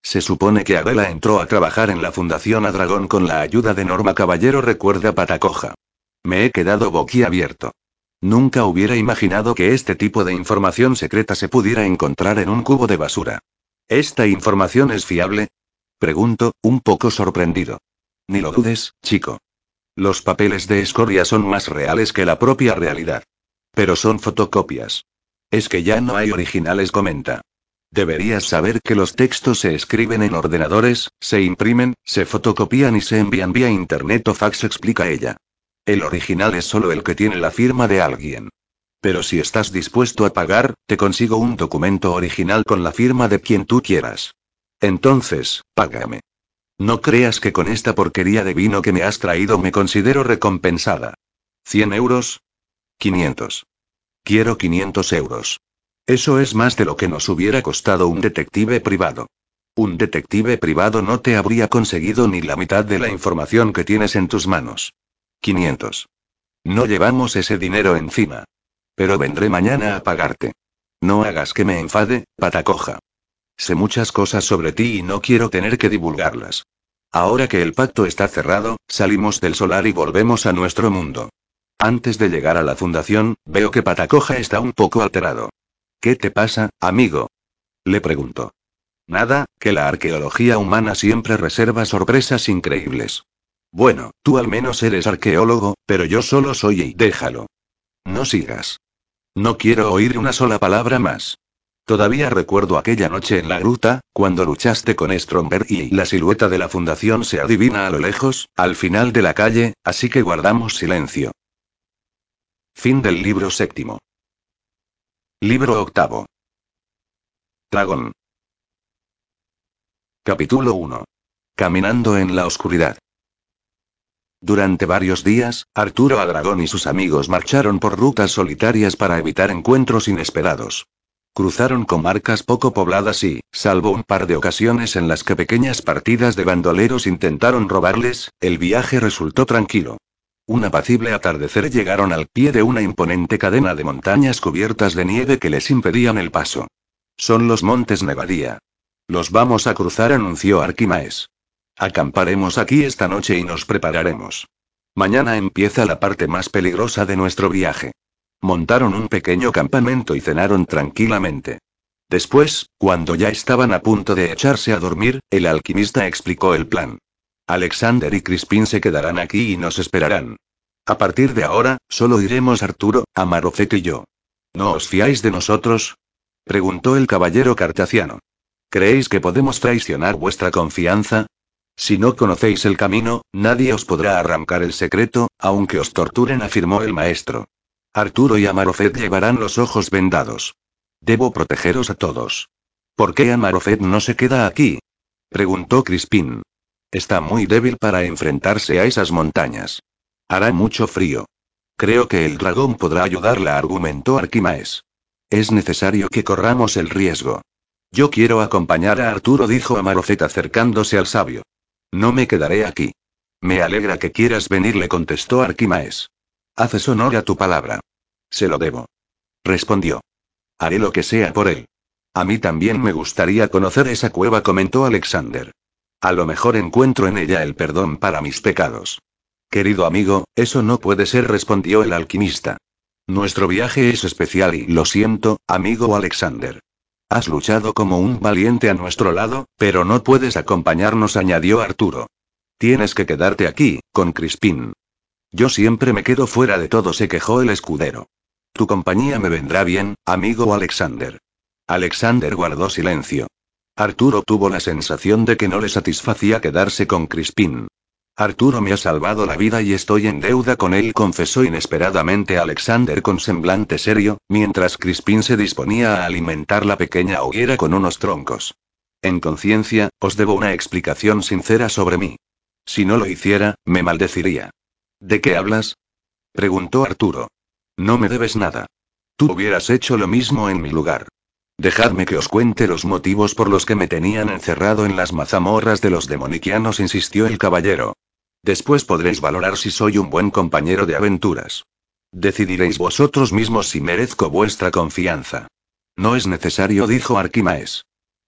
Se supone que Adela entró a trabajar en la Fundación Adragón con la ayuda de Norma Caballero, recuerda Patacoja. Me he quedado boquiabierto. Nunca hubiera imaginado que este tipo de información secreta se pudiera encontrar en un cubo de basura. ¿Esta información es fiable? Pregunto, un poco sorprendido. Ni lo dudes, chico. Los papeles de escoria son más reales que la propia realidad. Pero son fotocopias. Es que ya no hay originales, comenta. Deberías saber que los textos se escriben en ordenadores, se imprimen, se fotocopian y se envían vía internet o fax, explica ella. El original es solo el que tiene la firma de alguien. Pero si estás dispuesto a pagar, te consigo un documento original con la firma de quien tú quieras. Entonces, págame. No creas que con esta porquería de vino que me has traído me considero recompensada. ¿100 euros? 500. Quiero 500 euros. Eso es más de lo que nos hubiera costado un detective privado. Un detective privado no te habría conseguido ni la mitad de la información que tienes en tus manos. 500. No llevamos ese dinero encima. Pero vendré mañana a pagarte. No hagas que me enfade, Patacoja. Sé muchas cosas sobre ti y no quiero tener que divulgarlas. Ahora que el pacto está cerrado, salimos del solar y volvemos a nuestro mundo. Antes de llegar a la fundación, veo que Patacoja está un poco alterado. ¿Qué te pasa, amigo? Le pregunto. Nada, que la arqueología humana siempre reserva sorpresas increíbles. Bueno, tú al menos eres arqueólogo, pero yo solo soy y déjalo. No sigas. No quiero oír una sola palabra más. Todavía recuerdo aquella noche en la gruta, cuando luchaste con Stromberg y la silueta de la fundación se adivina a lo lejos, al final de la calle, así que guardamos silencio. Fin del libro séptimo. Libro octavo. Dragón. Capítulo 1. Caminando en la oscuridad. Durante varios días, Arturo Adragón y sus amigos marcharon por rutas solitarias para evitar encuentros inesperados. Cruzaron comarcas poco pobladas y, salvo un par de ocasiones en las que pequeñas partidas de bandoleros intentaron robarles, el viaje resultó tranquilo. Un apacible atardecer llegaron al pie de una imponente cadena de montañas cubiertas de nieve que les impedían el paso. Son los montes Nevadía. Los vamos a cruzar, anunció Arquimaes. Acamparemos aquí esta noche y nos prepararemos. Mañana empieza la parte más peligrosa de nuestro viaje. Montaron un pequeño campamento y cenaron tranquilamente. Después, cuando ya estaban a punto de echarse a dormir, el alquimista explicó el plan. Alexander y Crispín se quedarán aquí y nos esperarán. A partir de ahora, solo iremos Arturo, Amarofet y yo. ¿No os fiáis de nosotros? Preguntó el caballero cartaciano. ¿Creéis que podemos traicionar vuestra confianza? Si no conocéis el camino, nadie os podrá arrancar el secreto, aunque os torturen, afirmó el maestro. Arturo y Amarofet llevarán los ojos vendados. Debo protegeros a todos. ¿Por qué Amarofet no se queda aquí? Preguntó Crispín. Está muy débil para enfrentarse a esas montañas. Hará mucho frío. Creo que el dragón podrá ayudarla, argumentó Arquimaes. Es necesario que corramos el riesgo. Yo quiero acompañar a Arturo, dijo Amarofet acercándose al sabio. No me quedaré aquí. Me alegra que quieras venir, le contestó Arquimaes. Haces honor a tu palabra. Se lo debo. Respondió. Haré lo que sea por él. A mí también me gustaría conocer esa cueva, comentó Alexander. A lo mejor encuentro en ella el perdón para mis pecados. Querido amigo, eso no puede ser, respondió el alquimista. Nuestro viaje es especial y lo siento, amigo Alexander. Has luchado como un valiente a nuestro lado, pero no puedes acompañarnos, añadió Arturo. Tienes que quedarte aquí, con Crispín. Yo siempre me quedo fuera de todo, se quejó el escudero. Tu compañía me vendrá bien, amigo Alexander. Alexander guardó silencio. Arturo tuvo la sensación de que no le satisfacía quedarse con Crispín. Arturo me ha salvado la vida y estoy en deuda con él, confesó inesperadamente Alexander con semblante serio, mientras Crispín se disponía a alimentar la pequeña hoguera con unos troncos. En conciencia, os debo una explicación sincera sobre mí. Si no lo hiciera, me maldeciría. ¿De qué hablas? Preguntó Arturo. No me debes nada. Tú hubieras hecho lo mismo en mi lugar. Dejadme que os cuente los motivos por los que me tenían encerrado en las mazamorras de los demoniquianos, insistió el caballero. Después podréis valorar si soy un buen compañero de aventuras. Decidiréis vosotros mismos si merezco vuestra confianza. No es necesario, dijo Arquimaes.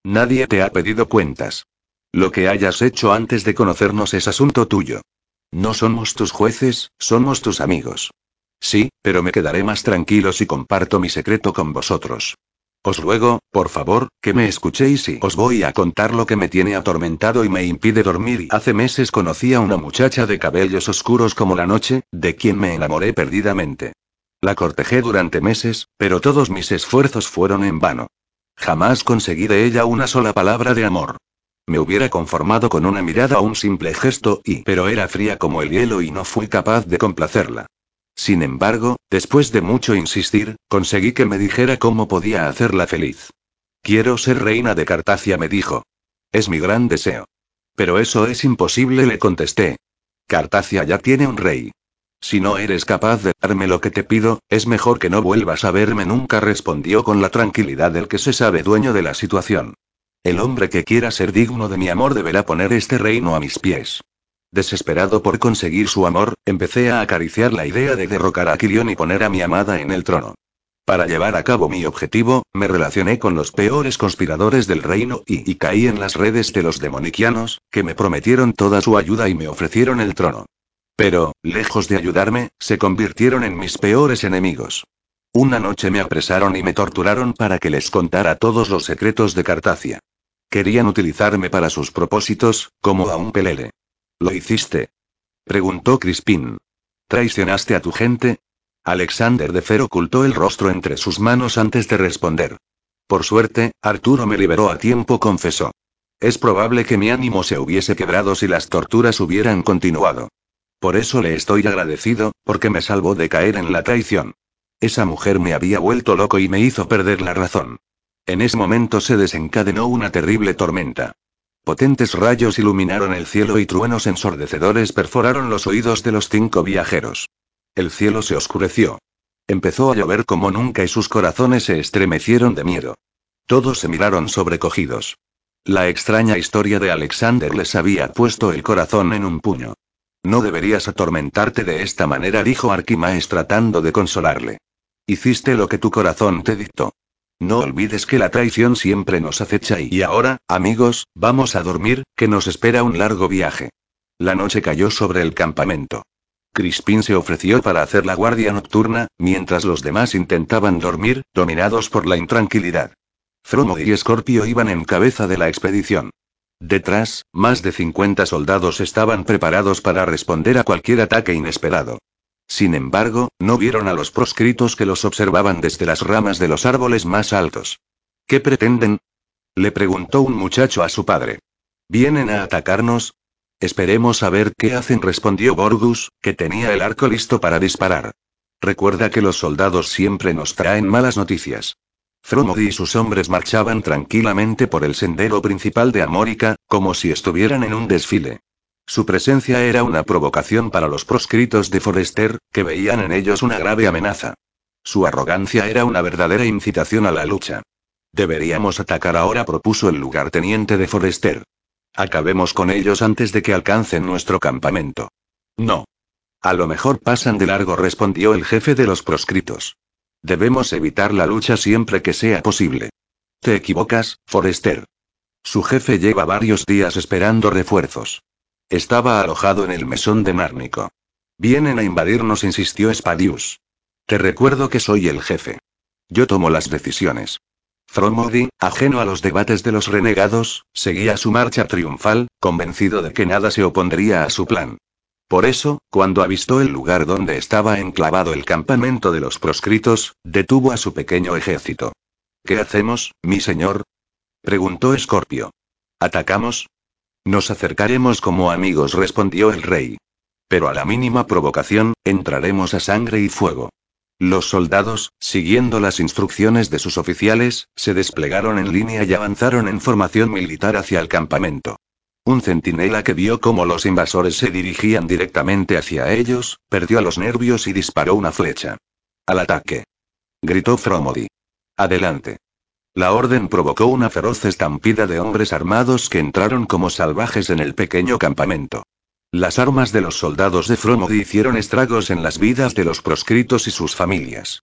Nadie te ha pedido cuentas. Lo que hayas hecho antes de conocernos es asunto tuyo. No somos tus jueces, somos tus amigos. Sí, pero me quedaré más tranquilo si comparto mi secreto con vosotros. Os ruego, por favor, que me escuchéis y os voy a contar lo que me tiene atormentado y me impide dormir. Hace meses conocí a una muchacha de cabellos oscuros como la noche, de quien me enamoré perdidamente. La cortejé durante meses, pero todos mis esfuerzos fueron en vano. Jamás conseguí de ella una sola palabra de amor. Me hubiera conformado con una mirada o un simple gesto pero era fría como el hielo y no fui capaz de complacerla. Sin embargo, después de mucho insistir, conseguí que me dijera cómo podía hacerla feliz. Quiero ser reina de Cartacia, me dijo. Es mi gran deseo. Pero eso es imposible, le contesté. Cartacia ya tiene un rey. Si no eres capaz de darme lo que te pido, es mejor que no vuelvas a verme nunca, respondió con la tranquilidad del que se sabe dueño de la situación. El hombre que quiera ser digno de mi amor deberá poner este reino a mis pies. Desesperado por conseguir su amor, empecé a acariciar la idea de derrocar a Kilion y poner a mi amada en el trono. Para llevar a cabo mi objetivo, me relacioné con los peores conspiradores del reino y caí en las redes de los demoniquianos, que me prometieron toda su ayuda y me ofrecieron el trono. Pero, lejos de ayudarme, se convirtieron en mis peores enemigos. Una noche me apresaron y me torturaron para que les contara todos los secretos de Cartacia. Querían utilizarme para sus propósitos, como a un pelele. ¿Lo hiciste?, preguntó Crispín. ¿Traicionaste a tu gente? Alexander de Fer ocultó el rostro entre sus manos antes de responder. Por suerte, Arturo me liberó a tiempo, confesó. Es probable que mi ánimo se hubiese quebrado si las torturas hubieran continuado. Por eso le estoy agradecido, porque me salvó de caer en la traición. Esa mujer me había vuelto loco y me hizo perder la razón. En ese momento se desencadenó una terrible tormenta. Potentes rayos iluminaron el cielo y truenos ensordecedores perforaron los oídos de los 5 viajeros. El cielo se oscureció. Empezó a llover como nunca y sus corazones se estremecieron de miedo. Todos se miraron sobrecogidos. La extraña historia de Alexander les había puesto el corazón en un puño. No deberías atormentarte de esta manera, dijo Arquimaes tratando de consolarle. Hiciste lo que tu corazón te dictó. No olvides que la traición siempre nos acecha y ahora, amigos, vamos a dormir, que nos espera un largo viaje. La noche cayó sobre el campamento. Crispín se ofreció para hacer la guardia nocturna, mientras los demás intentaban dormir, dominados por la intranquilidad. Fromo y Scorpio iban en cabeza de la expedición. Detrás, más de 50 soldados estaban preparados para responder a cualquier ataque inesperado. Sin embargo, no vieron a los proscritos que los observaban desde las ramas de los árboles más altos. ¿Qué pretenden?, le preguntó un muchacho a su padre. ¿Vienen a atacarnos? Esperemos a ver qué hacen, respondió Borgus, que tenía el arco listo para disparar. Recuerda que los soldados siempre nos traen malas noticias. Fromodi y sus hombres marchaban tranquilamente por el sendero principal de Amórica, como si estuvieran en un desfile. Su presencia era una provocación para los proscritos de Forrester, que veían en ellos una grave amenaza. Su arrogancia era una verdadera incitación a la lucha. Deberíamos atacar ahora, propuso el lugarteniente de Forrester. Acabemos con ellos antes de que alcancen nuestro campamento. No. A lo mejor pasan de largo, respondió el jefe de los proscritos. Debemos evitar la lucha siempre que sea posible. Te equivocas, Forrester. Su jefe lleva varios días esperando refuerzos. Estaba alojado en el mesón de Márnico. Vienen a invadirnos, insistió Spadius. Te recuerdo que soy el jefe. Yo tomo las decisiones. Fromodi, ajeno a los debates de los renegados, seguía su marcha triunfal, convencido de que nada se opondría a su plan. Por eso, cuando avistó el lugar donde estaba enclavado el campamento de los proscritos, detuvo a su pequeño ejército. ¿Qué hacemos, mi señor?, preguntó Scorpio. ¿Atacamos? Nos acercaremos como amigos, respondió el rey. Pero a la mínima provocación, entraremos a sangre y fuego. Los soldados, siguiendo las instrucciones de sus oficiales, se desplegaron en línea y avanzaron en formación militar hacia el campamento. Un centinela que vio cómo los invasores se dirigían directamente hacia ellos, perdió los nervios y disparó una flecha. ¡Al ataque!, gritó Fromodi. Adelante. La orden provocó una feroz estampida de hombres armados que entraron como salvajes en el pequeño campamento. Las armas de los soldados de Fromodi hicieron estragos en las vidas de los proscritos y sus familias.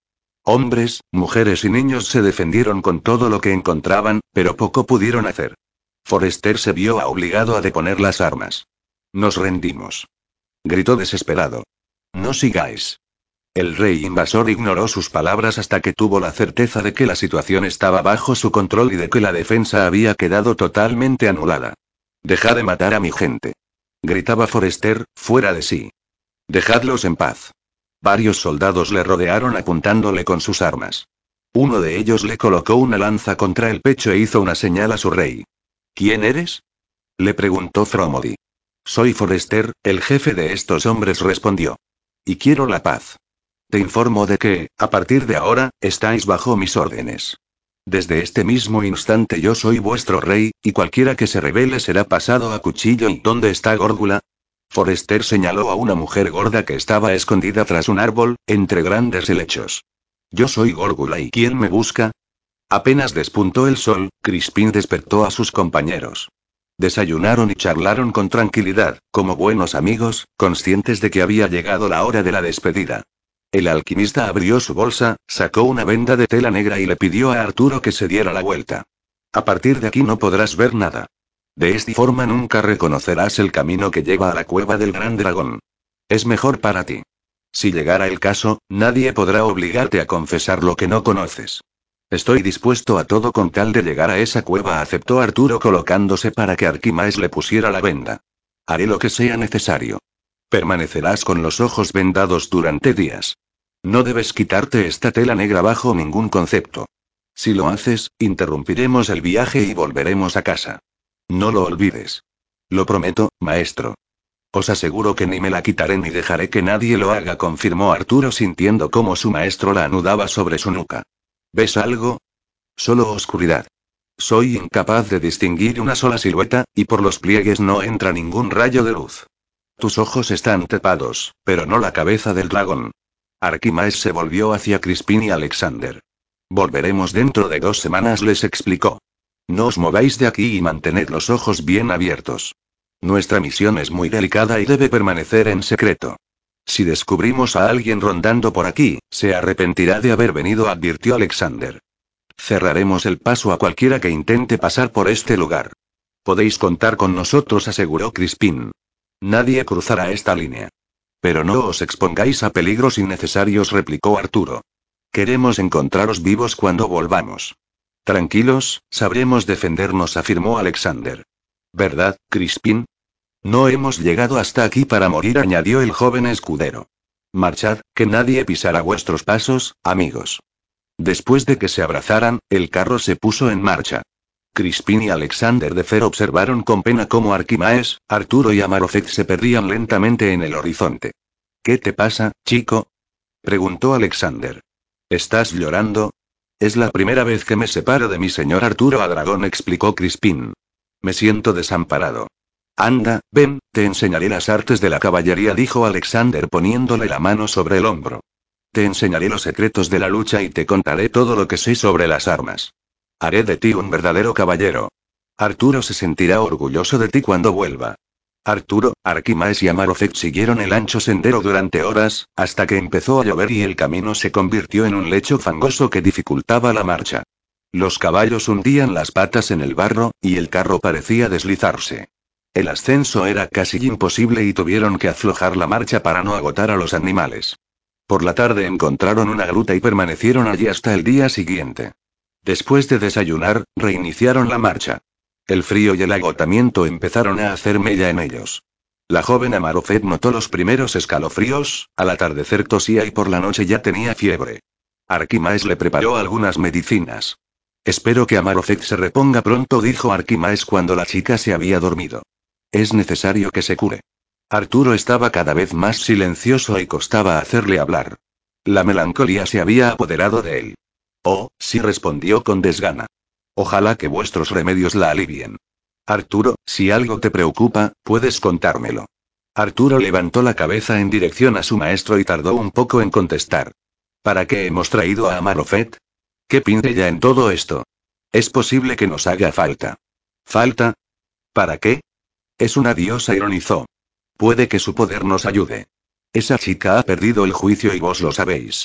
Hombres, mujeres y niños se defendieron con todo lo que encontraban, pero poco pudieron hacer. Forrester se vio obligado a deponer las armas. Nos rendimos. Gritó desesperado. No sigáis. El rey invasor ignoró sus palabras hasta que tuvo la certeza de que la situación estaba bajo su control y de que la defensa había quedado totalmente anulada. Deja de matar a mi gente. Gritaba Forrester, fuera de sí. Dejadlos en paz. Varios soldados le rodearon apuntándole con sus armas. Uno de ellos le colocó una lanza contra el pecho e hizo una señal a su rey. ¿Quién eres? Le preguntó Fromody. Soy Forrester, el jefe de estos hombres, respondió. Y quiero la paz. Te informo de que, a partir de ahora, estáis bajo mis órdenes. Desde este mismo instante yo soy vuestro rey, y cualquiera que se rebele será pasado a cuchillo. ¿Y dónde está Górgula? Forrester señaló a una mujer gorda que estaba escondida tras un árbol, entre grandes helechos. Yo soy Górgula, ¿y quién me busca? Apenas despuntó el sol, Crispin despertó a sus compañeros. Desayunaron y charlaron con tranquilidad, como buenos amigos, conscientes de que había llegado la hora de la despedida. El alquimista abrió su bolsa, sacó una venda de tela negra y le pidió a Arturo que se diera la vuelta. A partir de aquí no podrás ver nada. De esta forma nunca reconocerás el camino que lleva a la cueva del gran dragón. Es mejor para ti. Si llegara el caso, nadie podrá obligarte a confesar lo que no conoces. Estoy dispuesto a todo con tal de llegar a esa cueva, aceptó Arturo colocándose para que Arquimaes le pusiera la venda. Haré lo que sea necesario. Permanecerás con los ojos vendados durante días. No debes quitarte esta tela negra bajo ningún concepto. Si lo haces, interrumpiremos el viaje y volveremos a casa. No lo olvides. Lo prometo, maestro. Os aseguro que ni me la quitaré ni dejaré que nadie lo haga, confirmó Arturo sintiendo cómo su maestro la anudaba sobre su nuca. ¿Ves algo? Solo oscuridad. Soy incapaz de distinguir una sola silueta, y por los pliegues no entra ningún rayo de luz. Tus ojos están tapados, pero no la cabeza del dragón. Arquimaes se volvió hacia Crispin y Alexander. Volveremos dentro de 2 semanas, les explicó. No os mováis de aquí y mantened los ojos bien abiertos. Nuestra misión es muy delicada y debe permanecer en secreto. Si descubrimos a alguien rondando por aquí, se arrepentirá de haber venido, advirtió Alexander. Cerraremos el paso a cualquiera que intente pasar por este lugar. Podéis contar con nosotros, aseguró Crispin. Nadie cruzará esta línea. Pero no os expongáis a peligros innecesarios, replicó Arturo. Queremos encontraros vivos cuando volvamos. Tranquilos, sabremos defendernos, afirmó Alexander. ¿Verdad, Crispin? No hemos llegado hasta aquí para morir, añadió el joven escudero. Marchad, que nadie pisará vuestros pasos, amigos. Después de que se abrazaran, el carro se puso en marcha. Crispin y Alexander de Fer observaron con pena cómo Arquimaes, Arturo y Amarofet se perdían lentamente en el horizonte. ¿Qué te pasa, chico? Preguntó Alexander. ¿Estás llorando? Es la primera vez que me separo de mi señor Arturo a Dragón, explicó Crispin. Me siento desamparado. Anda, ven, te enseñaré las artes de la caballería, dijo Alexander poniéndole la mano sobre el hombro. Te enseñaré los secretos de la lucha y te contaré todo lo que sé sobre las armas. Haré de ti un verdadero caballero. Arturo se sentirá orgulloso de ti cuando vuelva. Arturo, Arquimaes y Amarofet siguieron el ancho sendero durante horas, hasta que empezó a llover y el camino se convirtió en un lecho fangoso que dificultaba la marcha. Los caballos hundían las patas en el barro, y el carro parecía deslizarse. El ascenso era casi imposible y tuvieron que aflojar la marcha para no agotar a los animales. Por la tarde encontraron una gruta y permanecieron allí hasta el día siguiente. Después de desayunar, reiniciaron la marcha. El frío y el agotamiento empezaron a hacer mella en ellos. La joven Amarofet notó los primeros escalofríos, al atardecer tosía y por la noche ya tenía fiebre. Arquimaes le preparó algunas medicinas. Espero que Amarofet se reponga pronto, dijo Arquimaes cuando la chica se había dormido. Es necesario que se cure. Arturo estaba cada vez más silencioso y costaba hacerle hablar. La melancolía se había apoderado de él. Oh, sí, respondió con desgana. Ojalá que vuestros remedios la alivien. Arturo, si algo te preocupa, puedes contármelo. Arturo levantó la cabeza en dirección a su maestro y tardó un poco en contestar. ¿Para qué hemos traído a Amarofet? ¿Qué pinta ella en todo esto? Es posible que nos haga falta. ¿Falta? ¿Para qué? Es una diosa, ironizó. Puede que su poder nos ayude. Esa chica ha perdido el juicio y vos lo sabéis.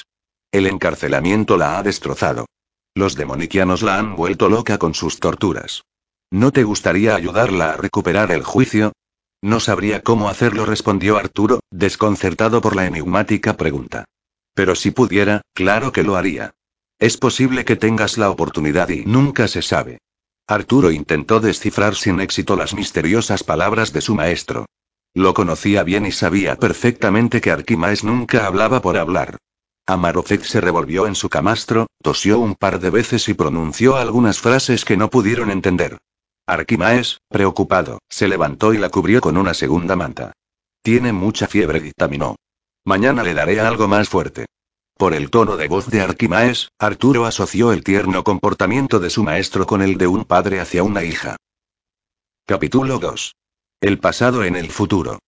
El encarcelamiento la ha destrozado. Los demoniquianos la han vuelto loca con sus torturas. ¿No te gustaría ayudarla a recuperar el juicio? No sabría cómo hacerlo, respondió Arturo, desconcertado por la enigmática pregunta. Pero si pudiera, claro que lo haría. Es posible que tengas la oportunidad y nunca se sabe. Arturo intentó descifrar sin éxito las misteriosas palabras de su maestro. Lo conocía bien y sabía perfectamente que Arquimaes nunca hablaba por hablar. Amarofet se revolvió en su camastro, tosió un par de veces y pronunció algunas frases que no pudieron entender. Arquimaes, preocupado, se levantó y la cubrió con una segunda manta. Tiene mucha fiebre, dictaminó. Mañana le daré algo más fuerte. Por el tono de voz de Arquimaes, Arturo asoció el tierno comportamiento de su maestro con el de un padre hacia una hija. Capítulo 2. El pasado en el futuro.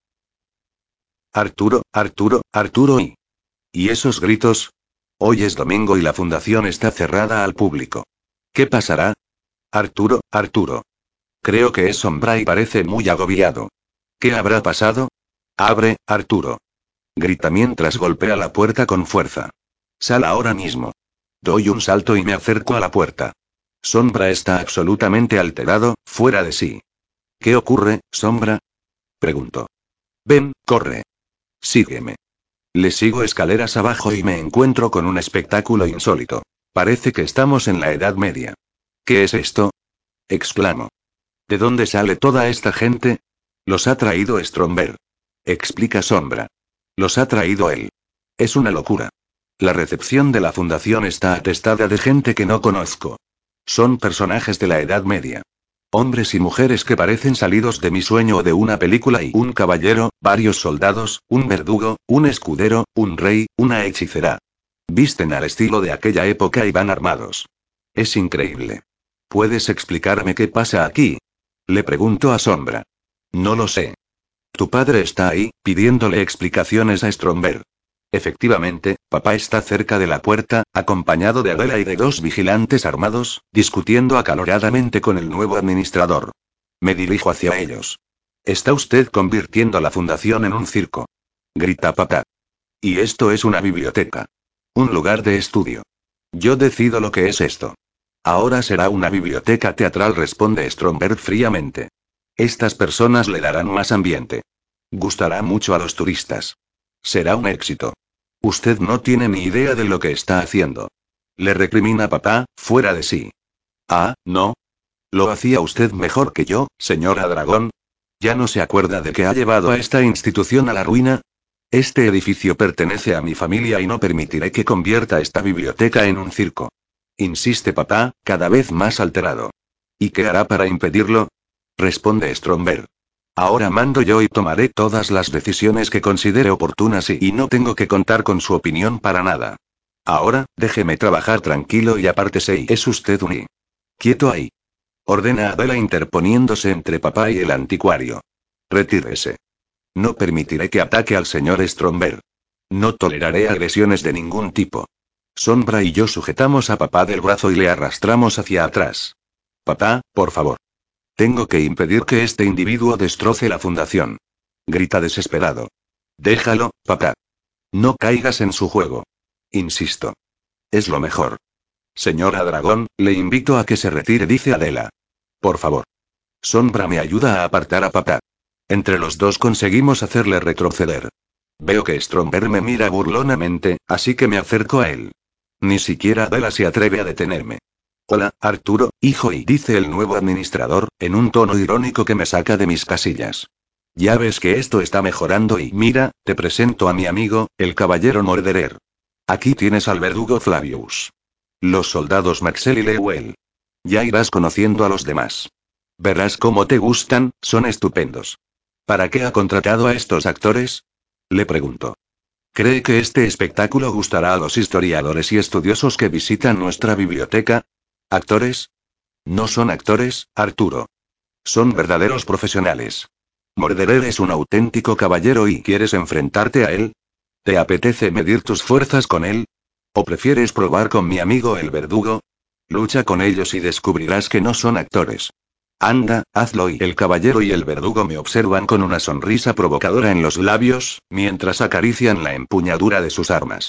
Arturo, Arturo, Arturo y... ¿Y esos gritos? Hoy es domingo y la fundación está cerrada al público. ¿Qué pasará? Arturo, Arturo. Creo que es Sombra y parece muy agobiado. ¿Qué habrá pasado? Abre, Arturo. Grita mientras golpea la puerta con fuerza. Sal ahora mismo. Doy un salto y me acerco a la puerta. Sombra está absolutamente alterado, fuera de sí. ¿Qué ocurre, Sombra? Preguntó. Ven, corre. Sígueme. Le sigo escaleras abajo y me encuentro con un espectáculo insólito. Parece que estamos en la Edad Media. ¿Qué es esto? Exclamo. ¿De dónde sale toda esta gente? Los ha traído Stromberg. Explica Sombra. Los ha traído él. Es una locura. La recepción de la fundación está atestada de gente que no conozco. Son personajes de la Edad Media. Hombres y mujeres que parecen salidos de mi sueño o de una película y un caballero, varios soldados, un verdugo, un escudero, un rey, una hechicera. Visten al estilo de aquella época y van armados. Es increíble. ¿Puedes explicarme qué pasa aquí? Le pregunto a Sombra. No lo sé. Tu padre está ahí, pidiéndole explicaciones a Stromberg. Efectivamente, papá está cerca de la puerta, acompañado de Adela y de dos vigilantes armados, discutiendo acaloradamente con el nuevo administrador. Me dirijo hacia ellos. Está usted convirtiendo la fundación en un circo. Grita papá. Y esto es una biblioteca. Un lugar de estudio. Yo decido lo que es esto. Ahora será una biblioteca teatral, responde Stromberg fríamente. Estas personas le darán más ambiente. Gustará mucho a los turistas. Será un éxito. Usted no tiene ni idea de lo que está haciendo. Le recrimina papá, fuera de sí. Ah, ¿no? ¿Lo hacía usted mejor que yo, señora Dragón? ¿Ya no se acuerda de que ha llevado a esta institución a la ruina? Este edificio pertenece a mi familia y no permitiré que convierta esta biblioteca en un circo. Insiste papá, cada vez más alterado. ¿Y qué hará para impedirlo? Responde Stromberg. Ahora mando yo y tomaré todas las decisiones que considere oportunas y no tengo que contar con su opinión para nada. Ahora, déjeme trabajar tranquilo y apártese y es usted un quieto ahí. Ordena Adela interponiéndose entre papá y el anticuario. Retírese. No permitiré que ataque al señor Stromberg. No toleraré agresiones de ningún tipo. Sombra y yo sujetamos a papá del brazo y le arrastramos hacia atrás. Papá, por favor. Tengo que impedir que este individuo destroce la fundación. Grita desesperado. Déjalo, papá. No caigas en su juego. Insisto. Es lo mejor. Señora Dragón, le invito a que se retire, dice Adela. Por favor. Sombra me ayuda a apartar a papá. Entre los dos conseguimos hacerle retroceder. Veo que Stromberg me mira burlonamente, así que me acerco a él. Ni siquiera Adela se atreve a detenerme. Hola, Arturo, hijo, y dice el nuevo administrador, en un tono irónico que me saca de mis casillas. Ya ves que esto está mejorando y mira, te presento a mi amigo, el caballero Morderer. Aquí tienes al verdugo Flavius. Los soldados Maxel y Lewell. Ya irás conociendo a los demás. Verás cómo te gustan, son estupendos. ¿Para qué ha contratado a estos actores? Le pregunto. ¿Cree que este espectáculo gustará a los historiadores y estudiosos que visitan nuestra biblioteca? ¿Actores? No son actores, Arturo. Son verdaderos profesionales. Morderer es un auténtico caballero y ¿quieres enfrentarte a él? ¿Te apetece medir tus fuerzas con él? ¿O prefieres probar con mi amigo el verdugo? Lucha con ellos y descubrirás que no son actores. Anda, hazlo. Y el caballero y el verdugo me observan con una sonrisa provocadora en los labios, mientras acarician la empuñadura de sus armas.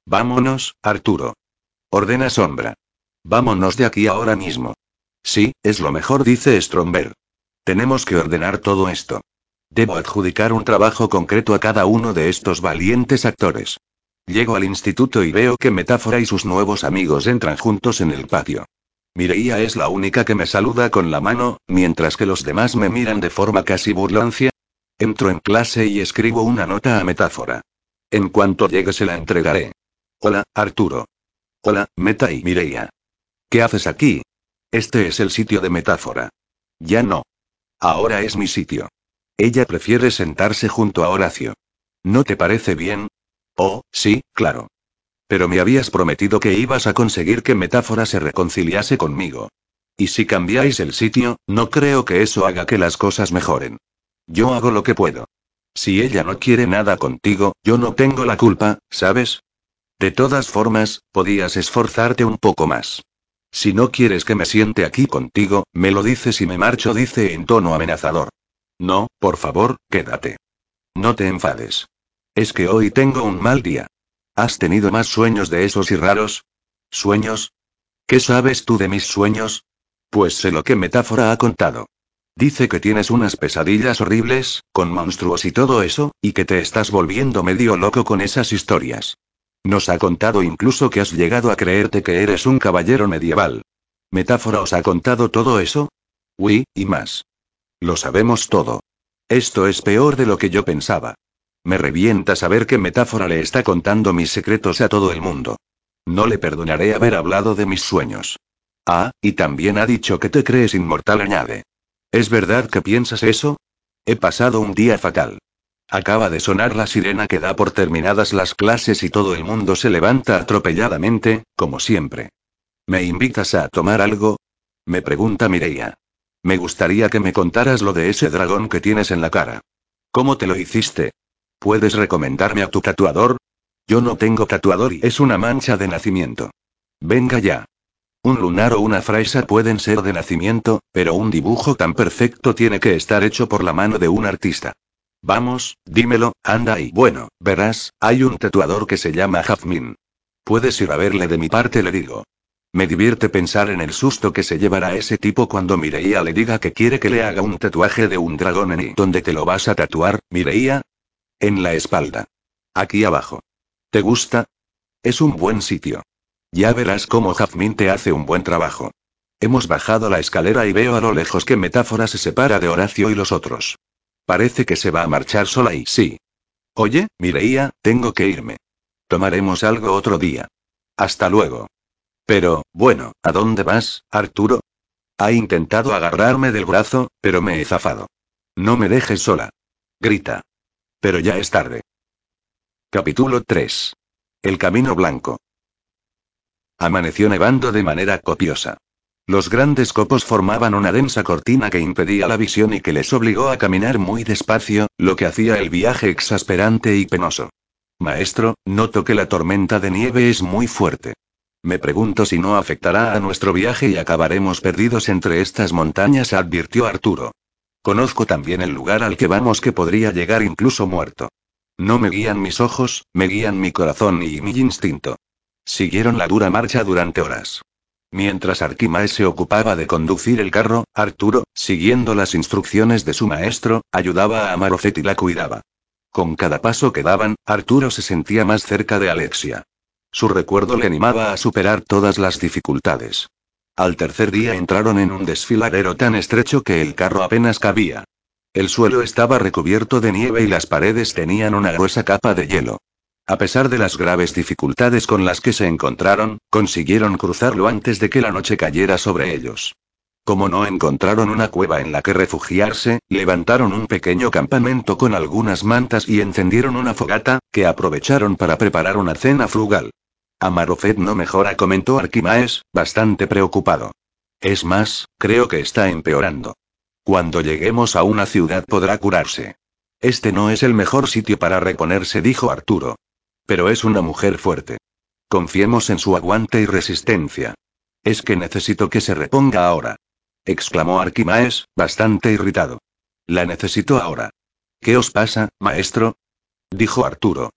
Vámonos, Arturo. Ordena Sombra. Vámonos de aquí ahora mismo. Sí, es lo mejor, dice Stromberg. Tenemos que ordenar todo esto. Debo adjudicar un trabajo concreto a cada uno de estos valientes actores. Llego al instituto y veo que Metáfora y sus nuevos amigos entran juntos en el patio. Mireia es la única que me saluda con la mano, mientras que los demás me miran de forma casi burlancia. Entro en clase y escribo una nota a Metáfora. En cuanto llegue se la entregaré. Hola, Arturo. Hola, Meta y Mireia. ¿Qué haces aquí? Este es el sitio de Metáfora. Ya no. Ahora es mi sitio. Ella prefiere sentarse junto a Horacio. ¿No te parece bien? Oh, sí, claro. Pero me habías prometido que ibas a conseguir que Metáfora se reconciliase conmigo. Y si cambiáis el sitio, no creo que eso haga que las cosas mejoren. Yo hago lo que puedo. Si ella no quiere nada contigo, yo no tengo la culpa, ¿sabes? De todas formas, podías esforzarte un poco más. Si no quieres que me siente aquí contigo, me lo dices y me marcho, dice en tono amenazador. No, por favor, quédate. No te enfades. Es que hoy tengo un mal día. ¿Has tenido más sueños de esos y raros? ¿Sueños? ¿Qué sabes tú de mis sueños? Pues sé lo que Metáfora ha contado. Dice que tienes unas pesadillas horribles, con monstruos y todo eso, y que te estás volviendo medio loco con esas historias. Nos ha contado incluso que has llegado a creerte que eres un caballero medieval. ¿Metáfora os ha contado todo eso? Uy, y más. Lo sabemos todo. Esto es peor de lo que yo pensaba. Me revienta saber que Metáfora le está contando mis secretos a todo el mundo. No le perdonaré haber hablado de mis sueños. Ah, y también ha dicho que te crees inmortal, añade. ¿Es verdad que piensas eso? He pasado un día fatal. Acaba de sonar la sirena que da por terminadas las clases y todo el mundo se levanta atropelladamente, como siempre. ¿Me invitas a tomar algo? Me pregunta Mireia. Me gustaría que me contaras lo de ese dragón que tienes en la cara. ¿Cómo te lo hiciste? ¿Puedes recomendarme a tu tatuador? Yo no tengo tatuador y es una mancha de nacimiento. Venga ya. Un lunar o una fresa pueden ser de nacimiento, pero un dibujo tan perfecto tiene que estar hecho por la mano de un artista. Vamos, dímelo, anda y bueno, verás, hay un tatuador que se llama Jazmín. Puedes ir a verle, de mi parte, le digo. Me divierte pensar en el susto que se llevará ese tipo cuando Mireia le diga que quiere que le haga un tatuaje de un dragón. ¿Y dónde te lo vas a tatuar, Mireia? En la espalda. Aquí abajo. ¿Te gusta? Es un buen sitio. Ya verás cómo Jazmín te hace un buen trabajo. Hemos bajado la escalera y veo a lo lejos que Metáfora se separa de Horacio y los otros. Parece que se va a marchar sola y sí. Oye, Mireia, tengo que irme. Tomaremos algo otro día. Hasta luego. Pero, bueno, ¿a dónde vas, Arturo? Ha intentado agarrarme del brazo, pero me he zafado. No me dejes sola. Grita. Pero ya es tarde. Capítulo 3. El camino blanco. Amaneció nevando de manera copiosa. Los grandes copos formaban una densa cortina que impedía la visión y que les obligó a caminar muy despacio, lo que hacía el viaje exasperante y penoso. Maestro, noto que la tormenta de nieve es muy fuerte. Me pregunto si no afectará a nuestro viaje y acabaremos perdidos entre estas montañas, advirtió Arturo. Conozco también el lugar al que vamos, que podría llegar incluso muerto. No me guían mis ojos, me guían mi corazón y mi instinto. Siguieron la dura marcha durante horas. Mientras Arquimaes se ocupaba de conducir el carro, Arturo, siguiendo las instrucciones de su maestro, ayudaba a Amarofet y la cuidaba. Con cada paso que daban, Arturo se sentía más cerca de Alexia. Su recuerdo le animaba a superar todas las dificultades. Al tercer día entraron en un desfiladero tan estrecho que el carro apenas cabía. El suelo estaba recubierto de nieve y las paredes tenían una gruesa capa de hielo. A pesar de las graves dificultades con las que se encontraron, consiguieron cruzarlo antes de que la noche cayera sobre ellos. Como no encontraron una cueva en la que refugiarse, levantaron un pequeño campamento con algunas mantas y encendieron una fogata, que aprovecharon para preparar una cena frugal. Amarofet no mejora, comentó Arquimaes, bastante preocupado. Es más, creo que está empeorando. Cuando lleguemos a una ciudad podrá curarse. Este no es el mejor sitio para reponerse, dijo Arturo. Pero es una mujer fuerte. Confiemos en su aguante y resistencia. Es que necesito que se reponga ahora. Exclamó Arquimaes, bastante irritado. La necesito ahora. ¿Qué os pasa, maestro? Dijo Arturo.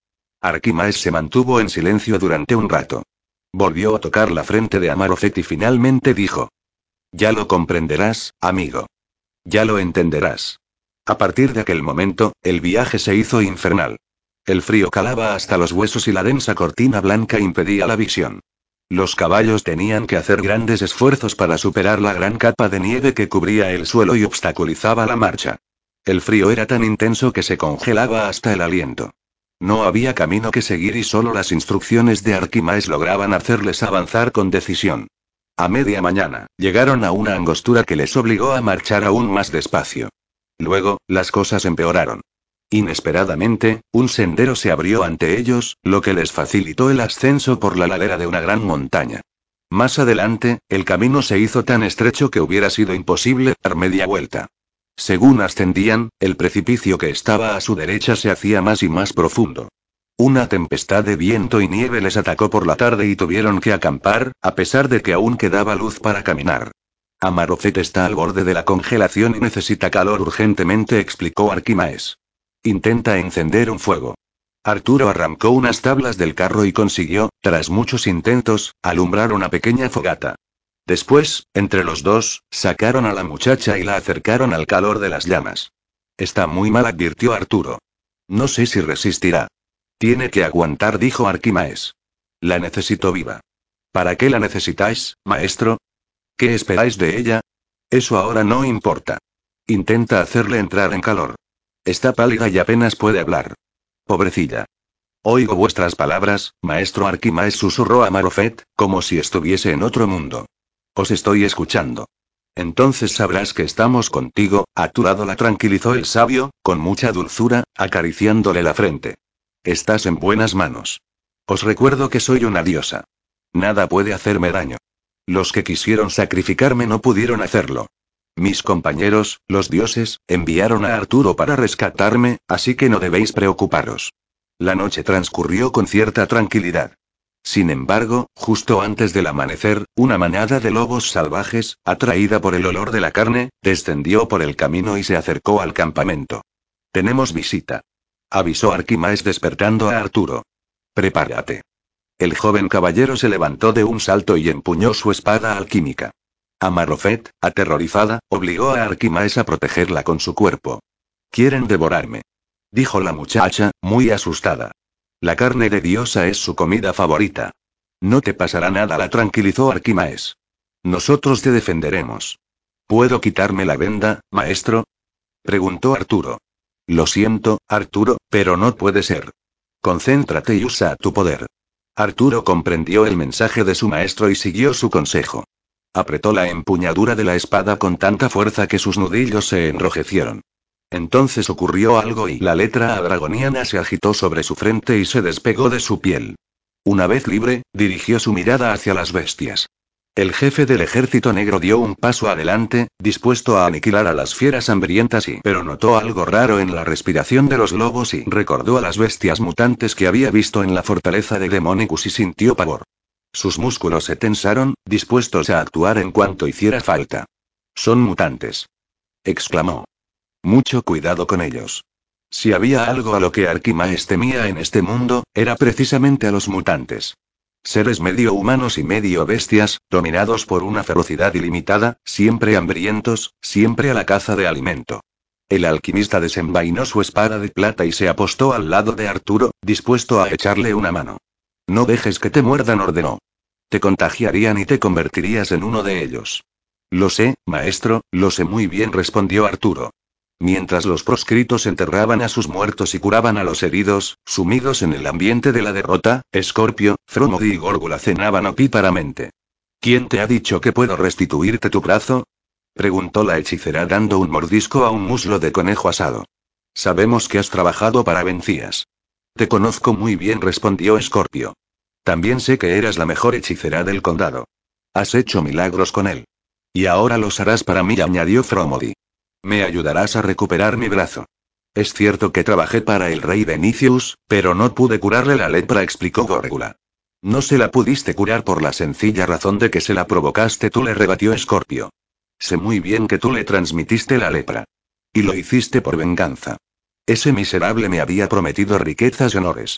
Arquimaes se mantuvo en silencio durante un rato. Volvió a tocar la frente de Amarofet y finalmente dijo: ya lo comprenderás, amigo. Ya lo entenderás. A partir de aquel momento, el viaje se hizo infernal. El frío calaba hasta los huesos y la densa cortina blanca impedía la visión. Los caballos tenían que hacer grandes esfuerzos para superar la gran capa de nieve que cubría el suelo y obstaculizaba la marcha. El frío era tan intenso que se congelaba hasta el aliento. No había camino que seguir y solo las instrucciones de Arquimaes lograban hacerles avanzar con decisión. A media mañana, llegaron a una angostura que les obligó a marchar aún más despacio. Luego, las cosas empeoraron. Inesperadamente, un sendero se abrió ante ellos, lo que les facilitó el ascenso por la ladera de una gran montaña. Más adelante, el camino se hizo tan estrecho que hubiera sido imposible dar media vuelta. Según ascendían, el precipicio que estaba a su derecha se hacía más y más profundo. Una tempestad de viento y nieve les atacó por la tarde y tuvieron que acampar, a pesar de que aún quedaba luz para caminar. Amarofet está al borde de la congelación y necesita calor urgentemente, explicó Arquimaes. Intenta encender un fuego. Arturo arrancó unas tablas del carro y consiguió, tras muchos intentos, alumbrar una pequeña fogata. Después, entre los dos, sacaron a la muchacha y la acercaron al calor de las llamas. Está muy mal, advirtió Arturo. No sé si resistirá. Tiene que aguantar, dijo Arquimaes. La necesito viva. ¿Para qué la necesitáis, maestro? ¿Qué esperáis de ella? Eso ahora no importa. Intenta hacerle entrar en calor. Está pálida y apenas puede hablar. Pobrecilla. Oigo vuestras palabras, maestro Arquimaes, susurró a Amarofet, como si estuviese en otro mundo. Os estoy escuchando. Entonces sabrás que estamos contigo, a tu lado, la tranquilizó el sabio, con mucha dulzura, acariciándole la frente. Estás en buenas manos. Os recuerdo que soy una diosa. Nada puede hacerme daño. Los que quisieron sacrificarme no pudieron hacerlo. Mis compañeros, los dioses, enviaron a Arturo para rescatarme, así que no debéis preocuparos. La noche transcurrió con cierta tranquilidad. Sin embargo, justo antes del amanecer, una manada de lobos salvajes, atraída por el olor de la carne, descendió por el camino y se acercó al campamento. Tenemos visita. Avisó Arquimaes despertando a Arturo. Prepárate. El joven caballero se levantó de un salto y empuñó su espada alquímica. Amarofet, aterrorizada, obligó a Arquimaes a protegerla con su cuerpo. Quieren devorarme. Dijo la muchacha, muy asustada. La carne de diosa es su comida favorita. No te pasará nada, la tranquilizó Arquimaes. Nosotros te defenderemos. ¿Puedo quitarme la venda, maestro? Preguntó Arturo. Lo siento, Arturo, pero no puede ser. Concéntrate y usa tu poder. Arturo comprendió el mensaje de su maestro y siguió su consejo. Apretó la empuñadura de la espada con tanta fuerza que sus nudillos se enrojecieron. Entonces ocurrió algo y la letra adragoniana se agitó sobre su frente y se despegó de su piel. Una vez libre, dirigió su mirada hacia las bestias. El jefe del ejército negro dio un paso adelante, dispuesto a aniquilar a las fieras hambrientas pero notó algo raro en la respiración de los lobos y recordó a las bestias mutantes que había visto en la fortaleza de Demonicus y sintió pavor. Sus músculos se tensaron, dispuestos a actuar en cuanto hiciera falta. Son mutantes. Exclamó. Mucho cuidado con ellos. Si había algo a lo que Arquimaes temía en este mundo, era precisamente a los mutantes. Seres medio humanos y medio bestias, dominados por una ferocidad ilimitada, siempre hambrientos, siempre a la caza de alimento. El alquimista desenvainó su espada de plata y se apostó al lado de Arturo, dispuesto a echarle una mano. No dejes que te muerdan, ordenó. Te contagiarían y te convertirías en uno de ellos. Lo sé, maestro, lo sé muy bien, respondió Arturo. Mientras los proscritos enterraban a sus muertos y curaban a los heridos, sumidos en el ambiente de la derrota, Escorpio, Fromody y Górgula cenaban opíparamente. ¿Quién te ha dicho que puedo restituirte tu brazo? Preguntó la hechicera dando un mordisco a un muslo de conejo asado. Sabemos que has trabajado para Vencías. Te conozco muy bien, respondió Escorpio. También sé que eras la mejor hechicera del condado. Has hecho milagros con él. Y ahora los harás para mí, añadió Fromody. Me ayudarás a recuperar mi brazo. Es cierto que trabajé para el rey Venicius, pero no pude curarle la lepra, explicó Górgula. No se la pudiste curar por la sencilla razón de que se la provocaste tú, le rebatió Escorpio. Sé muy bien que tú le transmitiste la lepra. Y lo hiciste por venganza. Ese miserable me había prometido riquezas y honores.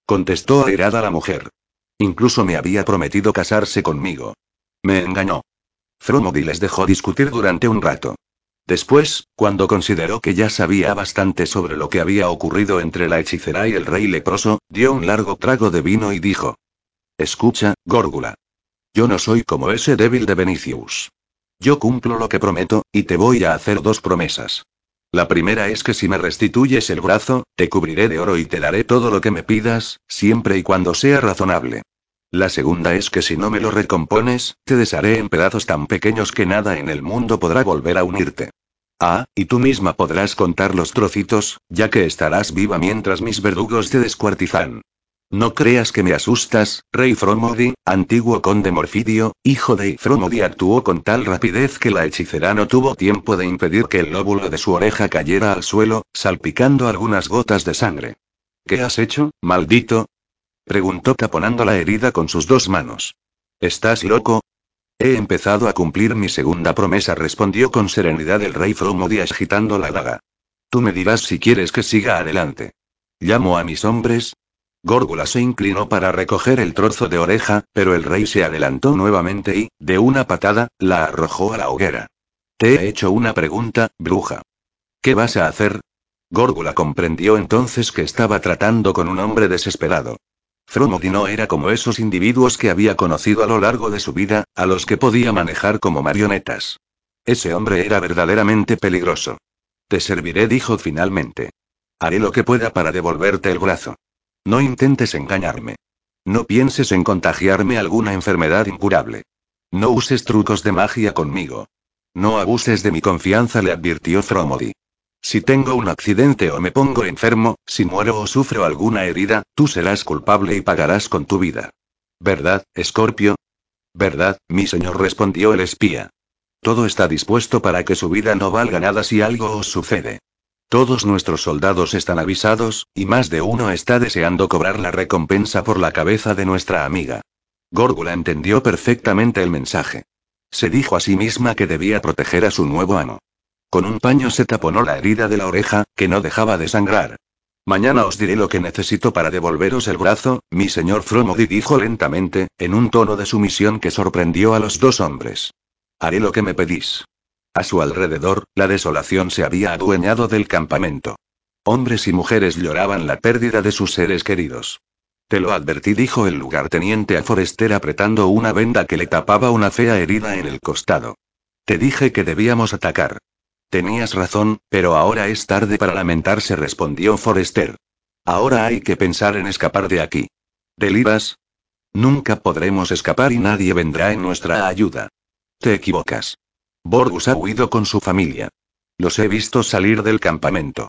contestó airada la mujer. Incluso me había prometido casarse conmigo. Me engañó. Fromody les dejó discutir durante un rato. Después, cuando consideró que ya sabía bastante sobre lo que había ocurrido entre la hechicera y el rey leproso, dio un largo trago de vino y dijo: Escucha, Górgula. Yo no soy como ese débil de Benicius. Yo cumplo lo que prometo, y te voy a hacer 2 promesas. La primera es que si me restituyes el brazo, te cubriré de oro y te daré todo lo que me pidas, siempre y cuando sea razonable. La segunda es que si no me lo recompones, te desharé en pedazos tan pequeños que nada en el mundo podrá volver a unirte. Ah, y tú misma podrás contar los trocitos, ya que estarás viva mientras mis verdugos te descuartizan. No creas que me asustas, rey Fromody, antiguo conde Morfidio, hijo de Fromody actuó con tal rapidez que la hechicera no tuvo tiempo de impedir que el lóbulo de su oreja cayera al suelo, salpicando algunas gotas de sangre. ¿Qué has hecho, maldito? Preguntó taponando la herida con sus 2 manos. ¿Estás loco? He empezado a cumplir mi segunda promesa, respondió con serenidad el rey Fromody agitando la daga. Tú me dirás si quieres que siga adelante. ¿Llamo a mis hombres? Górgula se inclinó para recoger el trozo de oreja, pero el rey se adelantó nuevamente y, de una patada, la arrojó a la hoguera. Te he hecho una pregunta, bruja. ¿Qué vas a hacer? Górgula comprendió entonces que estaba tratando con un hombre desesperado. Fromody no era como esos individuos que había conocido a lo largo de su vida, a los que podía manejar como marionetas. Ese hombre era verdaderamente peligroso. Te serviré, dijo finalmente. Haré lo que pueda para devolverte el brazo. No intentes engañarme. No pienses en contagiarme alguna enfermedad incurable. No uses trucos de magia conmigo. No abuses de mi confianza, le advirtió Fromody. Si tengo un accidente o me pongo enfermo, si muero o sufro alguna herida, tú serás culpable y pagarás con tu vida. ¿Verdad, Escorpio? ¿Verdad, mi señor?, respondió el espía. Todo está dispuesto para que su vida no valga nada si algo os sucede. Todos nuestros soldados están avisados, y más de uno está deseando cobrar la recompensa por la cabeza de nuestra amiga. Górgula entendió perfectamente el mensaje. Se dijo a sí misma que debía proteger a su nuevo amo. Con un paño se taponó la herida de la oreja, que no dejaba de sangrar. Mañana os diré lo que necesito para devolveros el brazo, mi señor Fromody, dijo lentamente, en un tono de sumisión que sorprendió a los 2 hombres. Haré lo que me pedís. A su alrededor, la desolación se había adueñado del campamento. Hombres y mujeres lloraban la pérdida de sus seres queridos. Te lo advertí, dijo el lugarteniente a Forrester apretando una venda que le tapaba una fea herida en el costado. Te dije que debíamos atacar. Tenías razón, pero ahora es tarde para lamentarse, respondió Forrester. Ahora hay que pensar en escapar de aquí. ¿Deliras? Nunca podremos escapar y nadie vendrá en nuestra ayuda. Te equivocas. Borgus ha huido con su familia. Los he visto salir del campamento.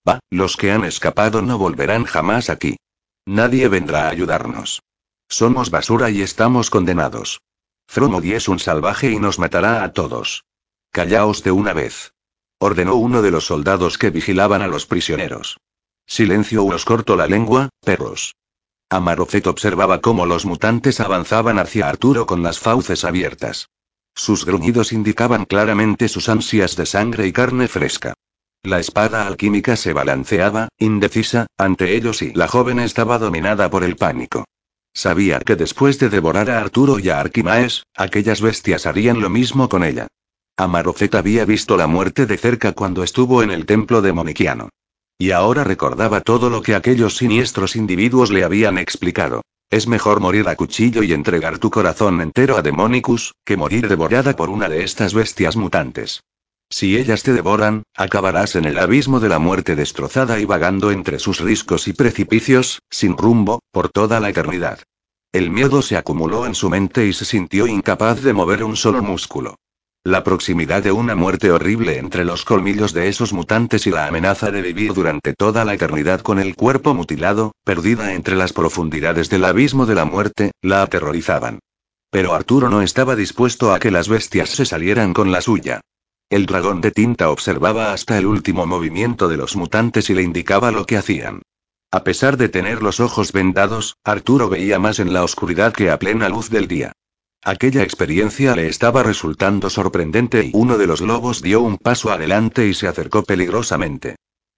Los que han escapado no volverán jamás aquí. Nadie vendrá a ayudarnos. Somos basura y estamos condenados. Fromody es un salvaje y nos matará a todos. Callaos de una vez. Ordenó uno de los soldados que vigilaban a los prisioneros. Silencio o os corto la lengua, perros. Amarofet observaba cómo los mutantes avanzaban hacia Arturo con las fauces abiertas. Sus gruñidos indicaban claramente sus ansias de sangre y carne fresca. La espada alquímica se balanceaba, indecisa, ante ellos y la joven estaba dominada por el pánico. Sabía que después de devorar a Arturo y a Arquimaes, aquellas bestias harían lo mismo con ella. Amarofet había visto la muerte de cerca cuando estuvo en el templo demoniquiano. Y ahora recordaba todo lo que aquellos siniestros individuos le habían explicado. Es mejor morir a cuchillo y entregar tu corazón entero a Demonicus, que morir devorada por una de estas bestias mutantes. Si ellas te devoran, acabarás en el abismo de la muerte destrozada y vagando entre sus riscos y precipicios, sin rumbo, por toda la eternidad. El miedo se acumuló en su mente y se sintió incapaz de mover un solo músculo. La proximidad de una muerte horrible entre los colmillos de esos mutantes y la amenaza de vivir durante toda la eternidad con el cuerpo mutilado, perdida entre las profundidades del abismo de la muerte, la aterrorizaban. Pero Arturo no estaba dispuesto a que las bestias se salieran con la suya. El dragón de tinta observaba hasta el último movimiento de los mutantes y le indicaba lo que hacían. A pesar de tener los ojos vendados, Arturo veía más en la oscuridad que a plena luz del día. Aquella experiencia le estaba resultando sorprendente y uno de los lobos dio un paso adelante y se acercó peligrosamente.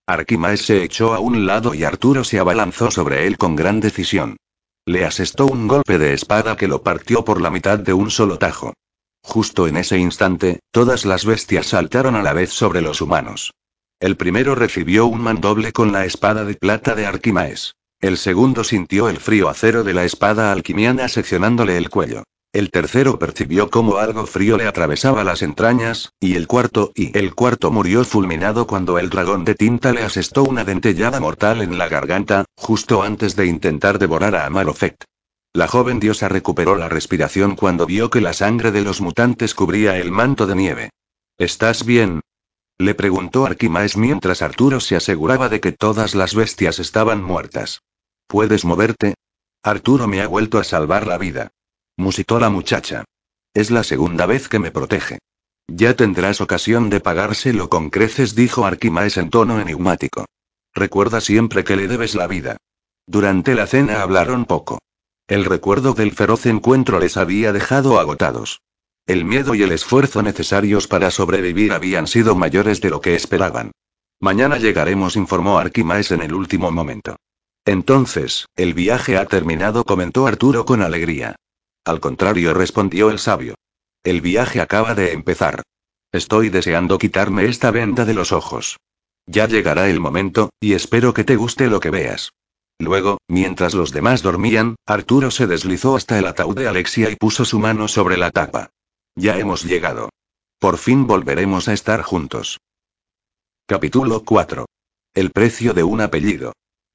Arquimaes se echó a un lado y Arturo se abalanzó sobre él con gran decisión. Le asestó un golpe de espada que lo partió por la mitad de un solo tajo. Justo en ese instante, todas las bestias saltaron a la vez sobre los humanos. El primero recibió un mandoble con la espada de plata de Arquimaes. El segundo sintió el frío acero de la espada alquimiana seccionándole el cuello. El tercero percibió cómo algo frío le atravesaba las entrañas, y el cuarto murió fulminado cuando el dragón de tinta le asestó una dentellada mortal en la garganta, justo antes de intentar devorar a Amalofect. La joven diosa recuperó la respiración cuando vio que la sangre de los mutantes cubría el manto de nieve. ¿Estás bien?, le preguntó Arquimaes mientras Arturo se aseguraba de que todas las bestias estaban muertas. ¿Puedes moverte? Arturo me ha vuelto a salvar la vida, musitó la muchacha. Es la segunda vez que me protege. Ya tendrás ocasión de pagárselo con creces, dijo Arquimaes en tono enigmático. Recuerda siempre que le debes la vida. Durante la cena hablaron poco. El recuerdo del feroz encuentro les había dejado agotados. El miedo y el esfuerzo necesarios para sobrevivir habían sido mayores de lo que esperaban. Mañana llegaremos, informó Arquimaes en el último momento. Entonces, el viaje ha terminado, comentó Arturo con alegría. Al contrario, respondió el sabio. El viaje acaba de empezar. Estoy deseando quitarme esta venda de los ojos. Ya llegará el momento, y espero que te guste lo que veas. Luego, mientras los demás dormían, Arturo se deslizó hasta el ataúd de Alexia y puso su mano sobre la tapa. Ya hemos llegado. Por fin volveremos a estar juntos. Capítulo 4. El precio de un apellido.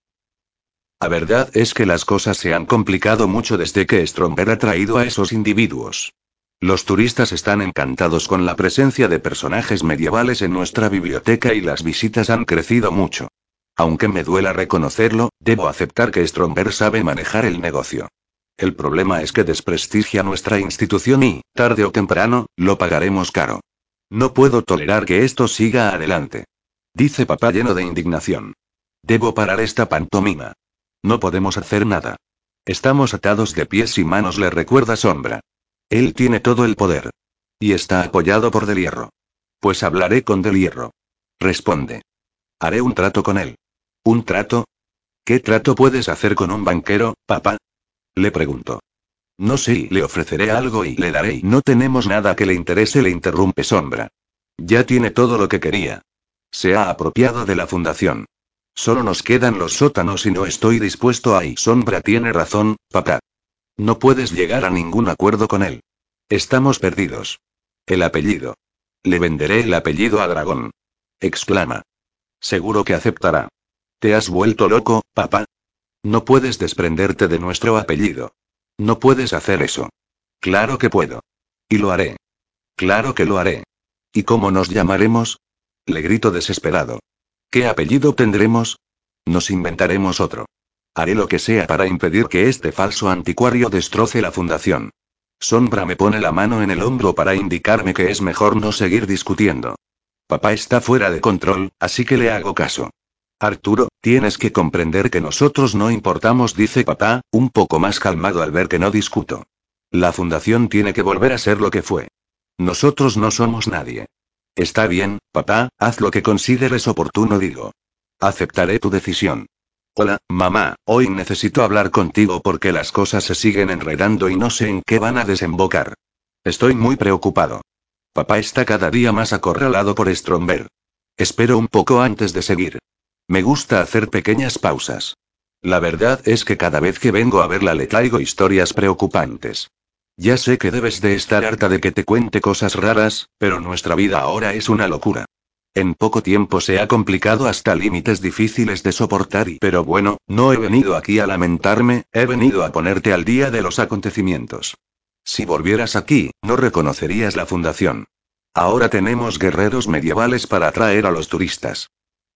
La verdad es que las cosas se han complicado mucho desde que Stromberg ha traído a esos individuos. Los turistas están encantados con la presencia de personajes medievales en nuestra biblioteca y las visitas han crecido mucho. Aunque me duela reconocerlo, debo aceptar que Stromberg sabe manejar el negocio. El problema es que desprestigia nuestra institución y, tarde o temprano, lo pagaremos caro. No puedo tolerar que esto siga adelante, dice papá lleno de indignación. Debo parar esta pantomima. No podemos hacer nada. Estamos atados de pies y manos, le recuerda Sombra. Él tiene todo el poder. Y está apoyado por Del Hierro. Pues hablaré con Del Hierro. Responde. Haré un trato con él. ¿Un trato? ¿Qué trato puedes hacer con un banquero, papá? Le preguntó. No sé, le ofreceré algo y le daré. No tenemos nada que le interese, le interrumpe Sombra. Ya tiene todo lo que quería. Se ha apropiado de la fundación. Solo nos quedan los sótanos y no estoy dispuesto a ir. Sombra tiene razón, papá. No puedes llegar a ningún acuerdo con él. Estamos perdidos. El apellido. Le venderé el apellido a Dragón. Exclama. Seguro que aceptará. ¿Te has vuelto loco, papá? No puedes desprenderte de nuestro apellido. No puedes hacer eso. Claro que puedo. Y lo haré. Claro que lo haré. ¿Y cómo nos llamaremos? Le grito desesperado. ¿Qué apellido tendremos? Nos inventaremos otro. Haré lo que sea para impedir que este falso anticuario destroce la fundación. Sombra me pone la mano en el hombro para indicarme que es mejor no seguir discutiendo. Papá está fuera de control, así que le hago caso. Arturo, tienes que comprender que nosotros no importamos, dice papá, un poco más calmado al ver que no discuto. La fundación tiene que volver a ser lo que fue. Nosotros no somos nadie. Está bien, papá, haz lo que consideres oportuno, digo. Aceptaré tu decisión. Hola, mamá, hoy necesito hablar contigo porque las cosas se siguen enredando y no sé en qué van a desembocar. Estoy muy preocupado. Papá está cada día más acorralado por Stromberg. Espero un poco antes de seguir. Me gusta hacer pequeñas pausas. La verdad es que cada vez que vengo a verla le traigo historias preocupantes. Ya sé que debes de estar harta de que te cuente cosas raras, pero nuestra vida ahora es una locura. En poco tiempo se ha complicado hasta límites difíciles de soportar pero bueno, no he venido aquí a lamentarme, he venido a ponerte al día de los acontecimientos. Si volvieras aquí, no reconocerías la fundación. Ahora tenemos guerreros medievales para atraer a los turistas.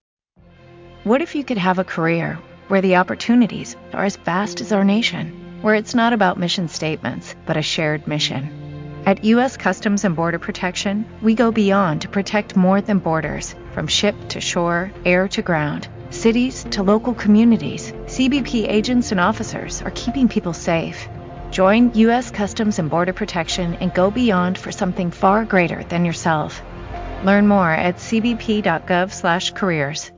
What if you could have a career where the opportunities are as vast as our nation, where it's not about mission statements, but a shared mission? At U.S. Customs and Border Protection, we go beyond to protect more than borders, from ship to shore, air to ground, cities to local communities. CBP agents and officers are keeping people safe. Join U.S. Customs and Border Protection and go beyond for something far greater than yourself. Learn more at cbp.gov/careers.